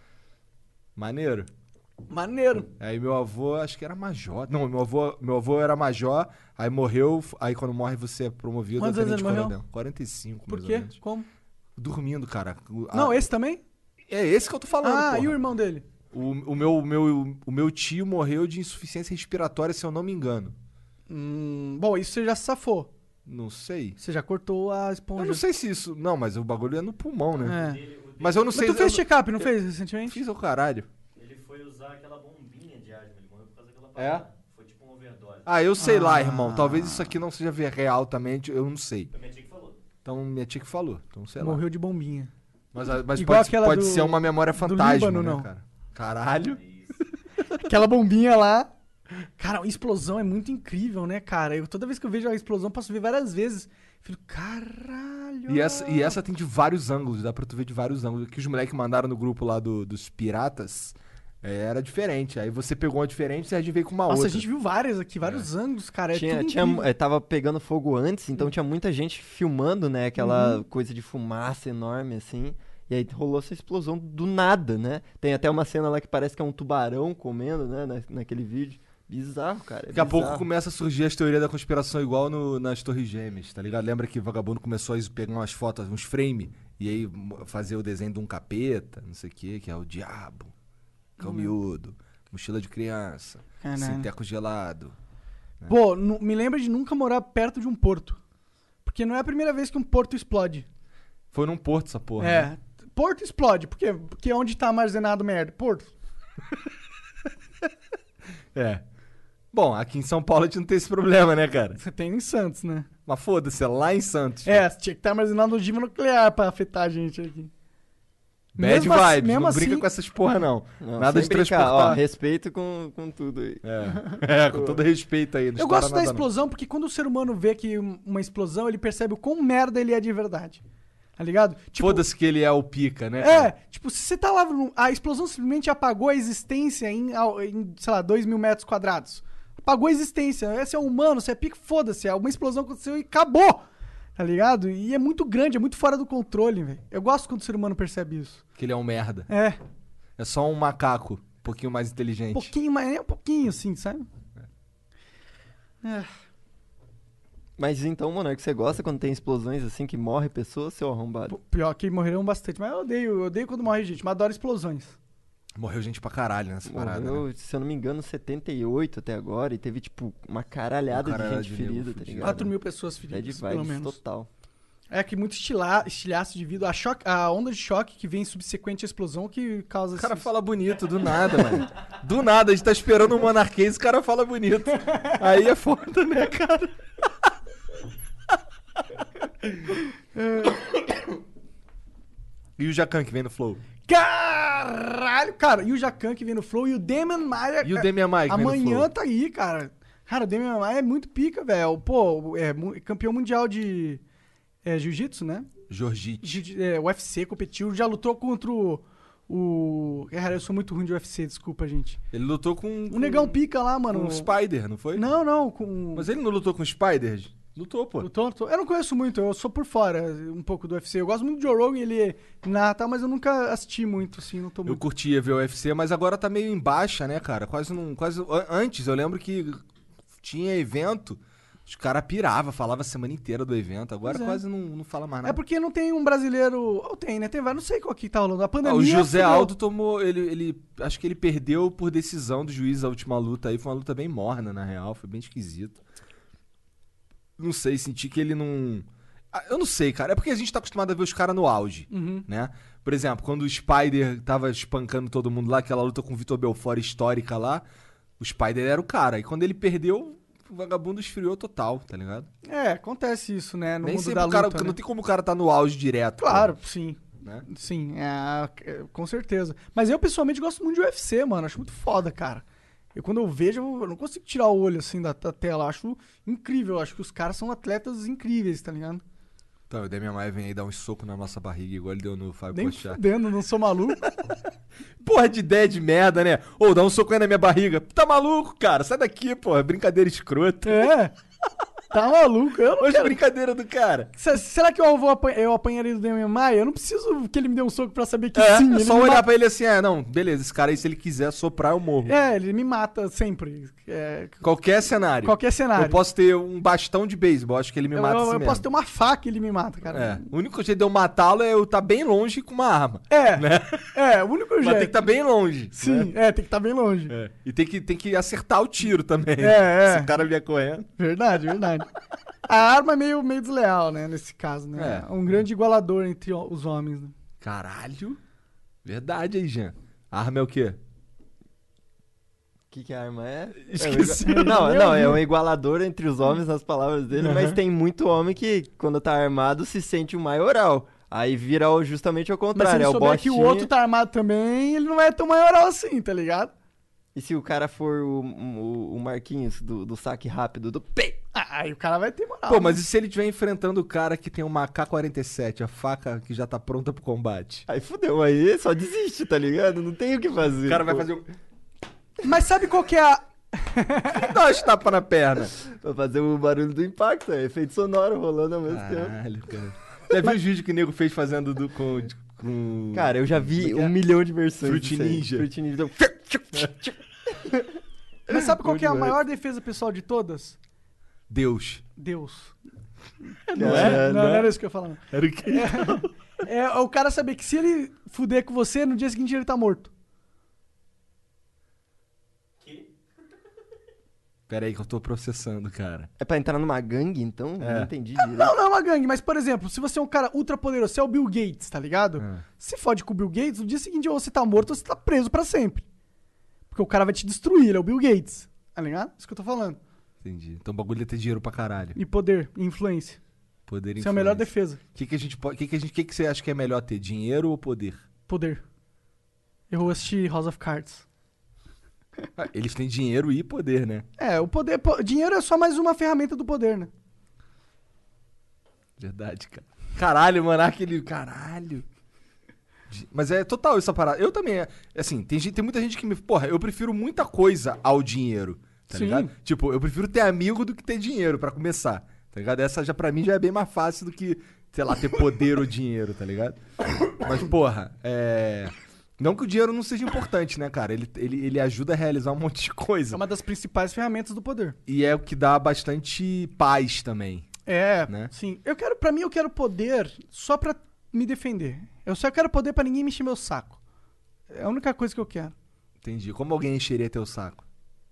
Maneiro. Maneiro. Aí meu avô, acho que era major. Não, meu avô era major, aí morreu, aí quando morre você é promovido Quantos a anos tenente ele morreu? coronel. 45, Por mais quê? ou menos. Como? Dormindo, cara. Não, esse também? É esse que eu tô falando, porra. E o irmão dele? O meu tio morreu de insuficiência respiratória, se eu não me engano. Bom, isso você já se safou. Não sei. Você já cortou a esponja. Eu não sei se isso... Não, mas o bagulho é no pulmão, né? É. Mas eu não Mas sei... tu fez eu check-up, não fez recentemente? Fiz o caralho. Ele foi usar aquela bombinha de asma, ele morreu por causa daquela É? parada. Foi tipo um overdose. Ah, eu sei lá, irmão. Talvez isso aqui não seja real também, eu não sei. Foi minha tia que falou. Então, minha tia que falou. Então, sei lá. Morreu de bombinha. Mas Igual pode, aquela pode do- ser uma memória do fantasma, Líbano, né, não. cara? Caralho. É isso. Aquela bombinha lá. Cara, a explosão é muito incrível, né, cara? Toda vez que eu vejo a explosão, posso ver várias vezes. Fico, caralho. E essa tem de vários ângulos, dá pra tu ver de vários ângulos. O que os moleques mandaram no grupo lá dos piratas era diferente. Aí você pegou uma diferente e a gente veio com uma Nossa, outra. a gente viu várias aqui, vários ângulos, cara. É tudo Tinha, incrível. tava pegando fogo antes, então tinha muita gente filmando, né? Aquela coisa de fumaça enorme, assim. E aí rolou essa explosão do nada, né? Tem até uma cena lá que parece que é um tubarão comendo, né? Naquele vídeo. Bizarro, cara. Daqui a pouco começa a surgir as teorias da conspiração igual nas Torres Gêmeas, tá ligado? Lembra que o vagabundo começou a pegar umas fotos, uns frames, e aí fazer o desenho de um capeta, não sei o que é o diabo, calmiúdo, mochila de criança, Caralho. sinteco gelado. Pô, me lembra de nunca morar perto de um porto. Porque não é a primeira vez que um porto explode. Foi num porto essa porra. Né? Porto explode. Por quê? Porque onde tá armazenado merda? Porto. É. Bom, aqui em São Paulo a gente não tem esse problema, né, cara? Você tem em Santos, né? Mas foda-se, é lá em Santos. Tinha que estar armazenado ogiva nuclear pra afetar a gente aqui. Bad Mesmo assim- vibes, mesmo não brinca assim- com essas porra, não. Não, Nada sem de brincar, transportar. ó, respeito com tudo aí. Com todo respeito aí. Não Eu estoura gosto da nada, não. explosão porque quando o ser humano vê que uma explosão, ele percebe o quão merda ele é de verdade. Tá ligado? Tipo, Foda-se que ele é o pica, né? cara? tipo, se você tá lá, a explosão simplesmente apagou a existência em sei lá, 2.000 metros quadrados. Apagou a existência. Você é humano, você é pica, foda-se. Uma explosão aconteceu e acabou. Tá ligado? E é muito grande, é muito fora do controle, velho. Eu gosto quando o ser humano percebe isso. Que ele é um merda. É. É só um macaco, um pouquinho mais inteligente. Um pouquinho, mas é um pouquinho, assim, sabe? É. Mas então, Monark, você gosta quando tem explosões assim que morre pessoas, seu arrombado? Pior que morreram bastante, mas eu odeio quando morre gente, mas adoro explosões. Morreu gente pra caralho nessa parada. Morreu, Né? se eu não me engano, 78 até agora, e teve, tipo, uma caralhada de gente ferida, tá ligado? 4.000 pessoas Bad feridas, pelo vibes menos. total. É que muito estilhaço devido à onda de choque que vem subsequente à explosão que causa... O cara fala bonito, do nada, mano. Do nada, a gente tá esperando um monarquês e o cara fala bonito. Aí é foda, né, cara? E o Jacan que vem no Flow? Caralho, cara. E o Jacan que vem no Flow e o Damian Maia... E o Damian Maia que vem no Amanhã Flow? tá aí, cara. Cara, o Damian Maia é muito pica, velho. Pô, é campeão mundial de jiu-jitsu, né? Jorgite. UFC, competiu. Já lutou contra o... Cara, eu sou muito ruim de UFC, desculpa, gente. Ele lutou com... O negão pica lá, mano. Com o Spider, não foi? Não, com... Mas ele não lutou com o Spider? Lutou, pô. Lutou. Eu não conheço muito, eu sou por fora um pouco do UFC. Eu gosto muito do Joe Rogan, ele narra, mas eu nunca assisti muito, assim, não tô Eu muito... curtia ver o UFC, mas agora tá meio em baixa, né, cara? Antes, eu lembro que tinha evento, os caras piravam, falava a semana inteira do evento. Agora Pois é. quase não fala mais nada. É porque não tem um brasileiro... Ou tem, né? Tem vários, não sei qual que tá rolando. A pandemia... O José fudeu. Aldo tomou. Acho que ele perdeu por decisão do juiz a última luta aí. Foi uma luta bem morna, na real. Foi bem esquisito. Não sei, senti que ele não. Eu não sei, cara. É porque a gente tá acostumado a ver os caras no auge, Uhum. né? Por exemplo, quando o Spider tava espancando todo mundo lá, aquela luta com o Vitor Belfort histórica lá, o Spider era o cara. E quando ele perdeu, o vagabundo esfriou total, tá ligado? É, acontece isso, né? No Nem mundo sempre da o cara. luta, né? Não tem como o cara tá no auge direto. Claro, sim. Né? Sim, com certeza. Mas eu, pessoalmente, gosto muito de UFC, mano. Acho muito foda, cara. Quando eu vejo, eu não consigo tirar o olho, assim, da tela. Acho incrível. Acho que os caras são atletas incríveis, tá ligado? Então, o Damian Maia vem aí dar um soco na nossa barriga, igual ele deu no Fábio Nem Pochá. fudendo, não sou maluco. Porra de ideia de merda, né? Ô, dá um soco aí na minha barriga. Tá maluco, cara? Sai daqui, porra. Brincadeira escrota. É. Tá maluco? Eu não Hoje quero... brincadeira do cara. Será que eu apanharia do Damian Maia? Eu não preciso que ele me dê um soco pra saber que É, sim. é Ele só me olhar mata. pra ele assim, não, beleza, esse cara aí, se ele quiser soprar, eu morro. Ele me mata sempre. Qualquer cenário. Qualquer cenário. Eu posso ter um bastão de beisebol, acho que ele me mata assim Eu mesmo. posso ter uma faca e ele me mata, cara. É, o único jeito de eu matá-lo é eu estar bem longe com uma arma. O único Mas jeito. tem que estar bem longe. Sim, né? tem que estar bem longe. É. E tem que acertar o tiro também. É. Se o cara vier correndo. Verdade. A arma é meio desleal, né, nesse caso, né? É. Um grande igualador entre os homens, né? Caralho. Verdade aí, Jean. A arma é o quê? O que a arma é? Esqueci. Não, é um igualador entre os homens nas palavras dele, mas tem muito homem que, quando tá armado, se sente o maioral. Aí vira justamente ao Mas se contrário, ele é o souber que o bostinha. outro tá armado também, ele não é tão maioral assim, tá ligado? E se o cara for o Marquinhos do saque rápido, do pei? Aí o cara vai ter moral. Pô, né? mas e se ele estiver enfrentando o cara que tem uma AK-47, a faca que já tá pronta pro combate? Aí fudeu, aí só desiste, tá ligado? Não tem o que fazer. O cara vai pô. fazer um... Mas sabe qual que é a... Dá umas tapas na perna. Vai fazer o barulho do impacto, é efeito sonoro rolando ao mesmo tempo. Caralho, cara. Já viu os vídeos que o nego fez fazendo com... Cara, eu já vi Como é que é? 1 milhão de versões. Fruit disso aí. Ninja. Fruit Ninja. Mas sabe qual que é a demais. maior defesa pessoal de todas? Deus. Deus. Não Não era isso que eu ia falar. Não. Era o quê? É o cara saber que se ele fuder com você, no dia seguinte ele tá morto. Pera aí que eu tô processando, cara. É pra entrar numa gangue, então? É. Não entendi direito. Não é uma gangue, mas, por exemplo, se você é um cara ultra poderoso, você é o Bill Gates, tá ligado? Se fode com o Bill Gates, no dia seguinte ou você tá morto ou você tá preso pra sempre. Porque o cara vai te destruir, ele é o Bill Gates. Tá ligado? Isso que eu tô falando. Entendi. Então o bagulho é ter dinheiro pra caralho. E poder, e influência. Poder e Isso é a melhor influência. defesa. O que a gente pode... que você acha que é melhor ter? Dinheiro ou poder? Poder. Eu assisti House of Cards. Eles têm dinheiro e poder, né? O poder... Dinheiro é só mais uma ferramenta do poder, né? Verdade, cara. Caralho, mano, aquele... Caralho. Mas é total essa parada. Eu também, assim, tem muita gente que me... Porra, eu prefiro muita coisa ao dinheiro, tá Sim. ligado? Tipo, eu prefiro ter amigo do que ter dinheiro pra começar, tá ligado? Essa já pra mim já é bem mais fácil do que, sei lá, ter poder ou dinheiro, tá ligado? Mas, porra, não que o dinheiro não seja importante, né, cara? Ele ajuda a realizar um monte de É coisa. uma das principais ferramentas do poder. E é o que dá bastante paz também. Né? Sim. Pra mim, eu quero poder só pra me defender. Eu só quero poder pra ninguém me encher meu saco. É a única coisa que eu quero. Entendi. Como alguém encheria teu saco?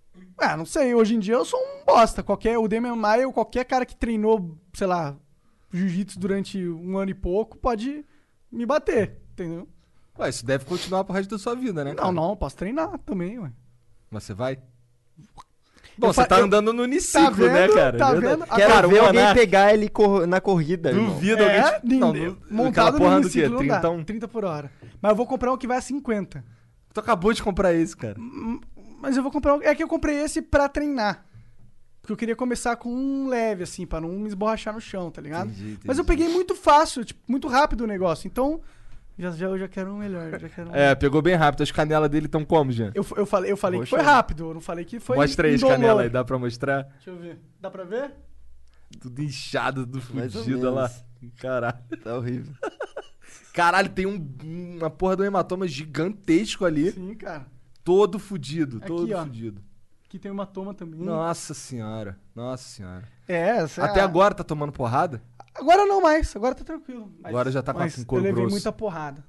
Não sei. Hoje em dia eu sou um bosta. O Damian Maia ou qualquer cara que treinou, sei lá, jiu-jitsu durante 1 ano e pouco, pode me bater, entendeu? Ué, isso deve continuar pro resto da sua vida, né, cara? Não, posso treinar também, ué. Mas você vai? Bom, você fa- tá eu- andando no uniciclo, né, vendo? cara? Tá É verdade. vendo? Quero Cara, ver o alguém Monark- pegar ele na corrida, irmão. Duvido alguém... Não, montado aquela porra no do quê? ciclo não dá, 30? 30 por hora. Mas eu vou comprar um que vai a 50. Tu acabou de comprar esse, cara. Mas eu vou comprar um... É que eu comprei esse pra treinar. Porque eu queria começar com um leve, assim, pra não me esborrachar no chão, tá ligado? Entendi. Mas eu peguei muito fácil, tipo, muito rápido o negócio. Então, eu já quero um melhor. Pegou bem rápido. As canelas dele estão como, Jean? Eu falei que Poxa. foi rápido, eu não falei que foi Mostra aí as indolor. canelas aí, dá pra mostrar? Deixa eu ver. Dá pra ver? Tudo inchado, tudo Mais ou fudido, olha lá. menos. Caralho. Tá horrível. Caralho, tem uma porra de um hematoma gigantesco ali. Sim, cara. Todo fudido, Aqui, todo ó. fudido. Aqui tem uma toma também. Nossa senhora. Nossa senhora. Essa Até agora tá tomando porrada? Agora não mais, agora tá tranquilo. Agora já tá com mas um couro eu levei grosso. muita porrada.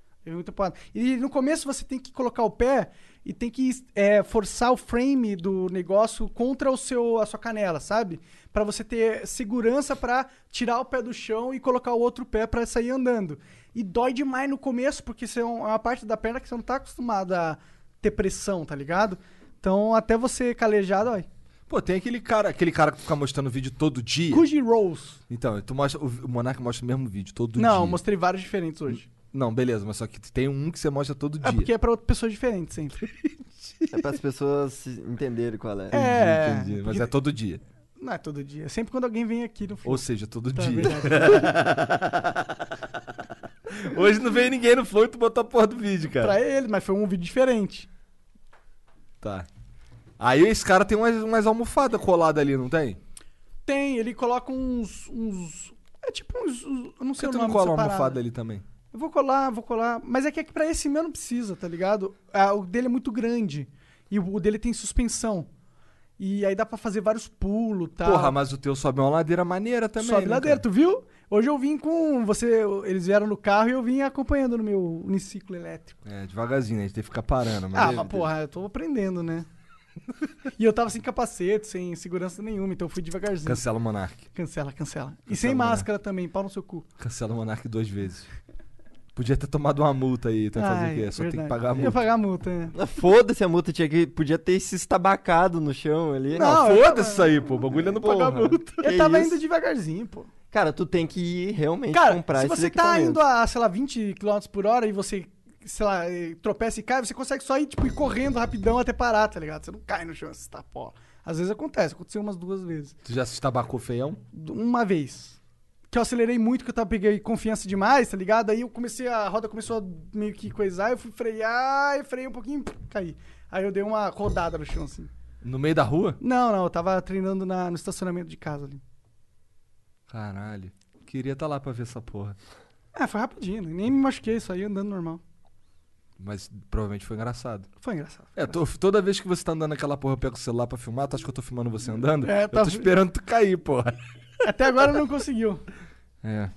E no começo você tem que colocar o pé e tem que forçar o frame do negócio contra a sua canela, sabe? Pra você ter segurança pra tirar o pé do chão e colocar o outro pé pra sair andando. E dói demais no começo, porque isso é uma parte da perna que você não tá acostumado a ter pressão, tá ligado? Então até você calejar, dói. Pô, tem aquele cara que fica mostrando vídeo todo dia. Kuji Rolls. Então, o Monark mostra o mesmo vídeo todo Não, eu dia. mostrei vários diferentes hoje. Não, beleza, mas só que tem um que você mostra todo dia. É porque é pra pessoas diferentes sempre. É para as pessoas entenderem qual é. Entendi. Mas porque- é todo dia. Não é todo dia. É sempre quando alguém vem aqui no Flow. Ou seja, todo Tá, dia. verdade. Hoje não veio ninguém no Flow e tu botou a porra do vídeo, cara. Pra ele, mas foi um vídeo diferente. Tá. Aí esse cara tem umas almofadas coladas ali, não tem? Tem, ele coloca uns. É tipo eu não Por sei que o tu não nome cola dessa uma parada. almofada ali também? Eu vou colar. Mas é que pra esse meu não precisa, tá ligado? O dele é muito grande. E o dele tem suspensão. E aí dá pra fazer vários pulos, tá? Porra, mas o teu sobe uma ladeira maneira também, Sobe né, ladeira, cara? tu viu? Hoje eu vim com você, eles vieram no carro e eu vim acompanhando no meu uniciclo elétrico. É, devagarzinho, né? A gente tem que ficar parando. Mas porra, eu tô aprendendo, né? E eu tava sem capacete, sem segurança nenhuma, então eu fui devagarzinho. Cancela o Monark. Cancela. E Cancela, sem né? máscara também, pau no seu cu. Cancela o Monark 2 vezes. Podia ter tomado uma multa aí, tu vai fazer o Ai, quê? Só tem que verdade. pagar a Eu ia multa. pagar a multa, né? Foda-se a multa, podia ter se estabacado no chão ali. Não, eu Foda-se tava- isso aí, pô. O bagulho é não pagar Porra. multa. Eu Que tava isso? indo devagarzinho, pô. Cara, tu tem que ir realmente Cara, comprar se esses você tá equipamentos. indo a, sei lá, 20 km por hora e você, sei lá, tropeça e cai, você consegue só ir, tipo, ir correndo rapidão até parar, tá ligado? Você não cai no chão, você tá, pô. Às vezes aconteceu umas 2 vezes. Tu já se estabacou feião? Uma vez. Que eu acelerei muito, que peguei confiança demais, tá ligado? Aí a roda começou a meio que coisar, eu fui frear, freiei um pouquinho, caí. Aí eu dei uma rodada no chão, assim. No meio da rua? Não, eu tava treinando no estacionamento de casa ali. Caralho. Queria estar lá pra ver essa porra. Foi rapidinho, né? Nem me machuquei, só ia andando normal. Mas provavelmente foi engraçado. Foi engraçado. Toda vez que você tá andando naquela porra, eu pego o celular pra filmar, tu acha que eu tô filmando você andando? É, Eu tá- tô esperando tu cair, porra. Até agora não conseguiu. É.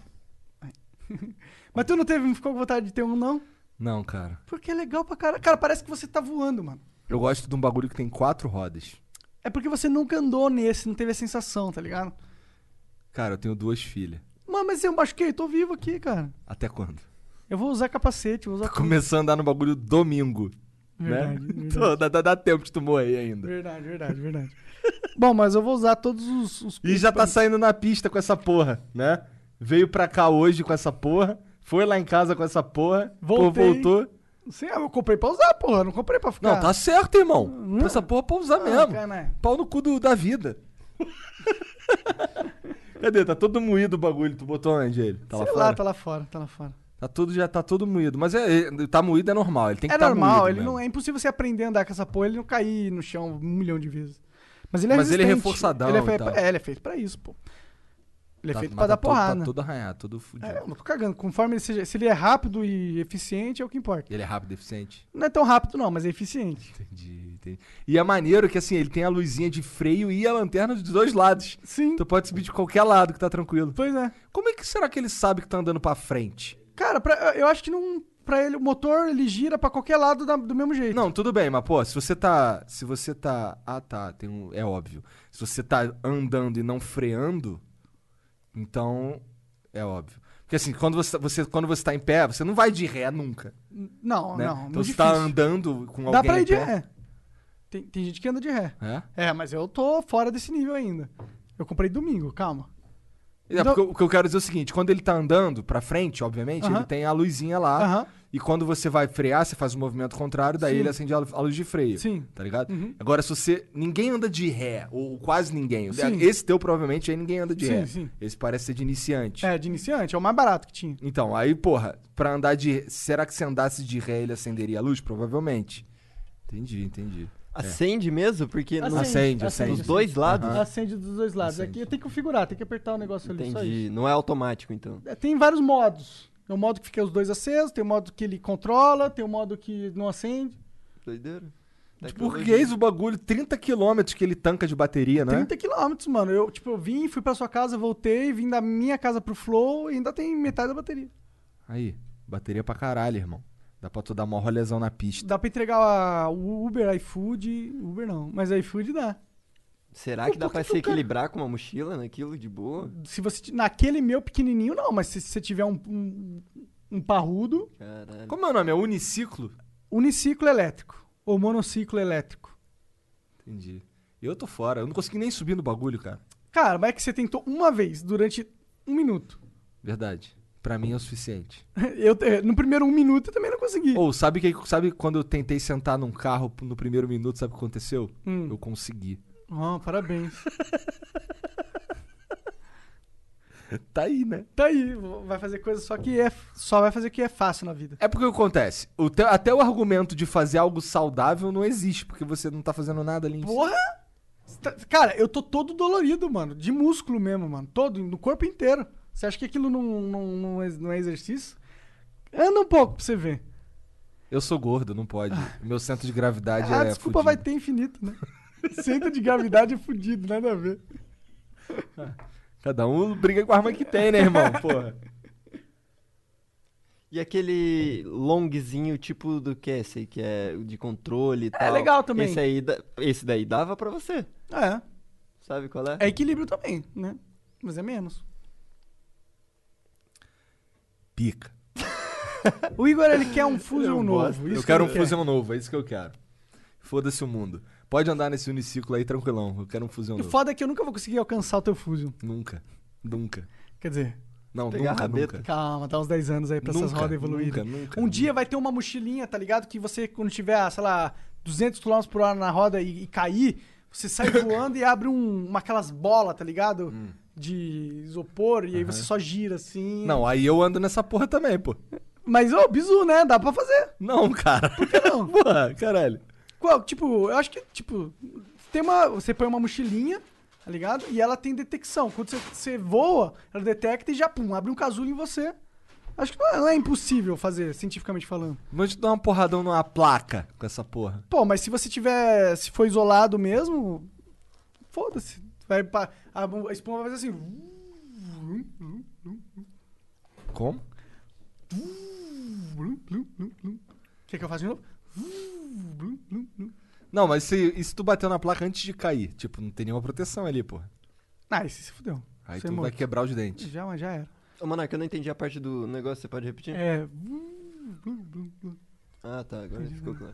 Mas tu não ficou com vontade de ter um, não? Não, cara. Porque é legal pra caralho. Cara, parece que você tá voando, mano. Eu gosto de um bagulho que tem 4 rodas. É porque você nunca andou nesse, não teve a sensação, tá ligado? Cara, eu tenho 2 filhas. Mano, mas eu machuquei, tô vivo aqui, cara. Até quando? Eu vou usar capacete, vou usar... Começando a andar no bagulho domingo. Verdade, né? verdade. Dá tempo de tu morrer ainda. Verdade. Bom, mas eu vou usar todos os E já tá saindo na pista com essa porra, né? Veio pra cá hoje com essa porra. Foi lá em casa com essa porra. Voltei. Pô, voltou. Sim, eu comprei pra usar, porra. Não comprei pra ficar... Não, tá certo, irmão. Essa porra é pra usar mesmo. Cara, Pau no cu da vida. Cadê? Tá todo moído o bagulho. Tu botou onde ele? Tá lá sei fora? lá, tá lá fora. Já tá todo moído. Mas tá moído é normal. Ele tem que É tá normal, moído ele mesmo. não é impossível você aprender a andar com essa porra, ele não cair no chão 1 milhão de vezes. Mas ele é Mas ele é resistente. reforçadão Ele é, e tal. ele é feito pra isso, pô. Ele é Tá- feito mas pra dar tá todo- porrada. Tá todo arranhado, todo fudido. Eu não tô cagando. Conforme ele seja, se ele é rápido e eficiente, é o que importa. Ele é rápido e eficiente? Não é tão rápido não, mas é eficiente. Entendi. E é maneiro que assim, ele tem a luzinha de freio e a lanterna dos 2 lados. Sim, Tu pode subir de qualquer lado que tá tranquilo. pois é. Como é que será que ele sabe que tá andando pra frente? Cara, eu acho que não... Pra ele, o motor, ele gira pra qualquer lado do mesmo jeito. Não, tudo bem, mas pô, se você tá... Ah, tá, é óbvio. Se você tá andando e não freando, então É óbvio. Porque assim, quando você tá em pé, você não vai de ré nunca. Não, Né? não. Então Muito você tá difícil. andando com alguém Dá pra em ir de pé. ré. Tem gente que anda de ré. É? Mas eu tô fora desse nível ainda. Eu comprei domingo, calma. É, porque o que eu quero dizer é o seguinte, quando ele tá andando pra frente, obviamente, Aham. ele tem a luzinha lá, Aham. e quando você vai frear, você faz o movimento contrário, daí Sim. ele acende a luz de freio. Sim. Tá ligado? Uhum. Agora, se você... Ninguém anda de ré, ou quase ninguém. Sim. Esse teu, provavelmente, aí ninguém anda de Sim, ré. sim. Esse parece ser de iniciante. É, de iniciante, é o mais barato que tinha. Então, aí, porra, pra andar de... Será que se andasse de ré, ele acenderia a luz? Provavelmente. Entendi. Acende mesmo? Porque não... Acende. Dos dois lados? Aham. Acende dos dois lados. Acende. Aqui tem que configurar, tem que apertar o negócio ali, só isso. Entendi. Não é automático, então. Tem vários modos. Tem o modo que fica os dois acesos, tem o modo que ele controla, tem o modo que não acende. Doideira. Português, o bagulho, 30 km que ele tanca de bateria, né? 30 quilômetros, mano. Eu vim, fui pra sua casa, voltei, vim da minha casa pro Flow e ainda tem metade da bateria. Aí, bateria pra caralho, irmão. Dá pra tu dar uma rolezão na pista. Dá pra entregar o Uber, iFood... Uber não, mas iFood dá. Será que dá Por pra que se que o cara- equilibrar com uma mochila naquilo de boa? Se você... Naquele meu pequenininho, não. Mas se você tiver um parrudo, Caralho. Como é o nome? É uniciclo? uniciclo elétrico. Ou monociclo elétrico. Entendi. Eu tô fora. Eu não consegui nem subir no bagulho, cara. Cara, mas é que você tentou uma vez, durante 1 minuto. Verdade. Pra mim é o suficiente. No primeiro 1 minuto eu também não consegui. Ou sabe quando eu tentei sentar num carro no primeiro minuto, sabe o que aconteceu? Hum. Eu consegui. Oh, parabéns. Tá aí, né? Tá aí, vai fazer coisa só vai fazer o que é fácil na vida. É porque o que acontece? Até o argumento de fazer algo saudável não existe, porque você não tá fazendo nada ali em Porra! Cara, eu tô todo dolorido, mano. De músculo mesmo, mano. Todo, no corpo inteiro. Você acha que aquilo não é exercício? Anda um pouco pra você ver. Eu sou gordo, não pode. Meu centro de gravidade A é desculpa fudido. vai ter infinito, né? Centro de gravidade é fudido, nada a ver. Cada um briga com a arma que tem, né, irmão? Porra. E aquele longzinho tipo do Cassie, que é de controle e tal. legal também. Esse daí dava pra você. É. Sabe qual é? É equilíbrio também, né? Mas é menos. Pica. O Igor, ele quer um Fusion Eu novo. gosto. Isso Eu quero um que ele quer. fusão novo, é isso que eu quero. Foda-se o mundo. Pode andar nesse uniciclo aí tranquilão. Eu quero um fusão O novo. foda é que eu nunca vou conseguir alcançar o teu Fusion. Nunca. Quer dizer, Não, Pegar a nunca, rabeta. nunca. calma, dá uns 10 anos aí pra essas Nunca, rodas evoluírem. nunca. Um dia vai ter uma mochilinha, tá ligado? Que você, quando tiver, sei lá, 200 km por hora na roda e cair, você sai voando e abre aquelas bolas, tá ligado? De isopor, e aí você só gira assim. Não, aí eu ando nessa porra também, pô. Mas, bizu, né? Dá pra fazer. Não, cara. Por que não? Porra, caralho. Qual? Tipo, eu acho que, tipo, você põe uma mochilinha, tá ligado? E ela tem detecção. Quando você voa, ela detecta e já, pum, abre um casulo em você. Acho que não é impossível fazer, cientificamente falando. Vou te dar uma porradão numa placa com essa porra. Pô, mas se você se for isolado mesmo, foda-se. A espuma vai fazer assim. Como? Quer que eu faça de novo? Não, mas e se tu bater na placa antes de cair? Tipo, não tem nenhuma proteção ali, porra. Ah, esse se fudeu. Aí Você tu vai morto. quebrar os dentes. Já era. Ô, Monarca, eu não entendi a parte do negócio, você pode repetir? É. Ah, tá, agora ficou claro.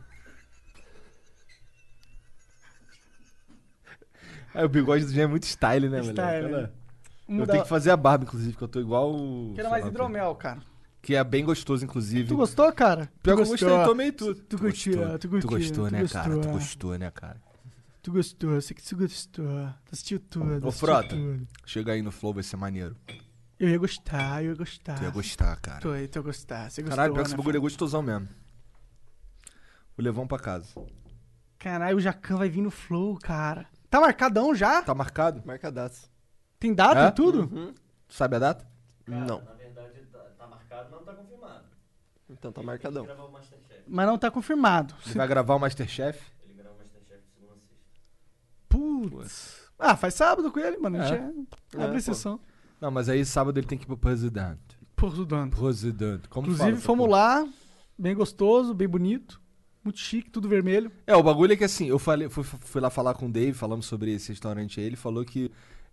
Aí o bigode do Jean é muito style, né, Style, moleque? né? Eu tenho que fazer a barba, inclusive, que eu tô igual o... Quero sei mais lá o quê. hidromel, cara. Que é bem gostoso, inclusive. Tu gostou, cara? Pior Tu que eu gostei, tomei tudo. Tu gostou, Tu gostou, né, cara? Tu gostou, né, cara? Tu gostou, eu sei que tu gostou. Tu assistiu tudo. Ô, assistiu Frota. tudo. Chega aí no Flow, vai ser maneiro. Eu ia gostar. Tu ia gostar, cara. Tu ia gostar. Você gostou, Caralho, pior que né, esse bagulho é gostosão mesmo. Vou levar um pra casa. Caralho, o Jacan vai vir no Flow, cara. Tá marcadão já? Tá marcado? Marcadaço. Tem data É? e tudo? Uhum. Tu sabe a data? Não. Na verdade, tá marcado, mas não tá confirmado. Então tá Ele marcadão. Tem que gravar o Masterchef. Mas não tá confirmado. Ele vai gravar o Masterchef? Ele grava o Masterchef de segunda a sexta. Putz. Ah, faz sábado com ele, mano. A gente abre pô. exceção. Não, mas aí sábado ele tem que ir pro presidente. Porra, dando. Presidente. Como fala Inclusive, essa fomos porra? lá. Bem gostoso, bem bonito. Muito chique, tudo vermelho. É, o bagulho é que assim, eu fui lá falar com o Dave, falamos sobre esse restaurante aí, ele falou que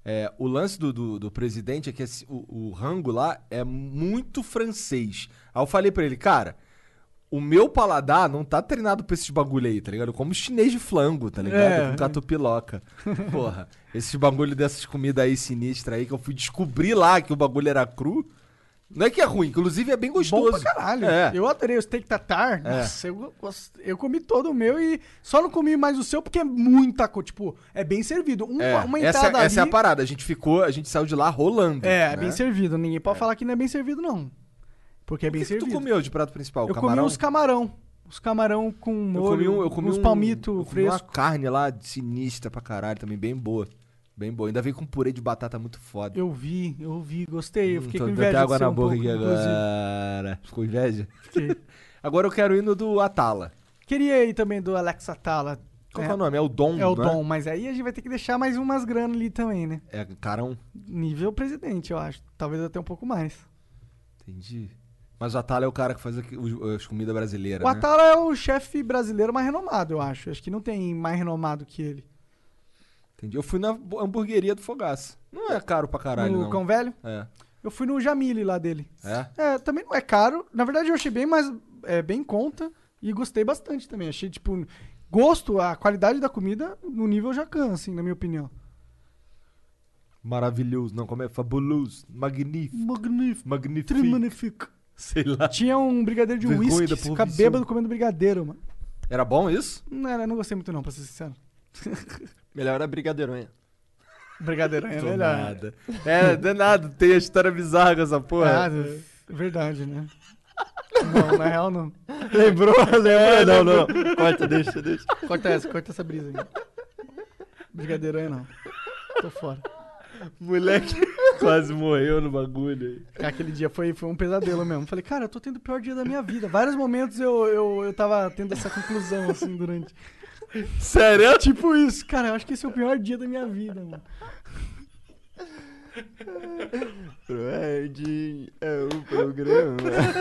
O lance do presidente é que o rango lá é muito francês. Aí eu falei pra ele, cara, o meu paladar não tá treinado pra esses bagulho aí, tá ligado? Eu como chinês de flango, tá ligado? Com catupiloca. Porra, esses bagulho dessas comidas aí sinistras aí que eu fui descobrir lá que o bagulho era cru. Não é que é ruim, inclusive é bem gostoso. Bom pra caralho. É. Eu adorei o steak tartar. Nossa, eu comi todo o meu e só não comi mais o seu porque é muita coisa. Tipo, é bem servido. Uma entrada essa é a ali- parada. A gente saiu de lá rolando. É né? bem servido. Ninguém pode falar que não é bem servido, não. Porque é bem O que servido. tu comeu de prato principal? Eu Camarão? comi uns camarão. Os camarão com molho, Eu comi uns eu palmito comi uma fresco. carne lá sinistra pra caralho, também bem boa. Bem boa. Ainda veio com purê de batata muito foda. Eu vi, gostei. Eu fiquei Tô com dando inveja até água de ser na um boca pouco, aqui inclusive. agora. Ficou inveja? Fiquei. Agora eu quero ir no do Atala. Queria ir também do Alex Atala. Qual que é o nome? É o Dom, É o né? Dom, mas aí a gente vai ter que deixar mais umas granas ali também, né? É carão? Nível presidente, eu acho. Talvez até um pouco mais. Entendi. Mas o Atala é o cara que faz as comidas brasileiras, O né? Atala é o chefe brasileiro mais renomado, eu acho. Acho que não tem mais renomado que ele. Entendi. Eu fui na hamburgueria do Fogaça. Não é caro pra caralho, No não. Cão Velho? É. Eu fui no Jamile lá dele. É? Também não é caro. Na verdade, eu achei bem mais bem em conta e gostei bastante também. Achei, tipo, gosto, a qualidade da comida no nível Jacan, assim, na minha opinião. Maravilhoso. Não, como é? Fabuloso. Magnífico. Magnífico. Magnífico. Magnífico. Sei lá. Tinha um brigadeiro de Vergonha whisky. da Você fica profissão. bêbado comendo brigadeiro, mano. Era bom isso? Não gostei muito não, pra ser sincero. Melhor a brigadeironha. Brigadeiro é Do melhor. nada. Danado. Tem a história bizarra com essa porra. Verdade, né? Não, na real não. Lembrou? Não. Corta, deixa. Corta essa brisa aí. Brigadeiro é não. Tô fora. Moleque quase morreu no bagulho aí. Aquele dia foi um pesadelo mesmo. Falei, cara, eu tô tendo o pior dia da minha vida. Vários momentos eu tava tendo essa conclusão, assim, durante. Sério? Tipo isso, cara, eu acho que esse é o pior dia da minha vida, mano. Proerd é o programa.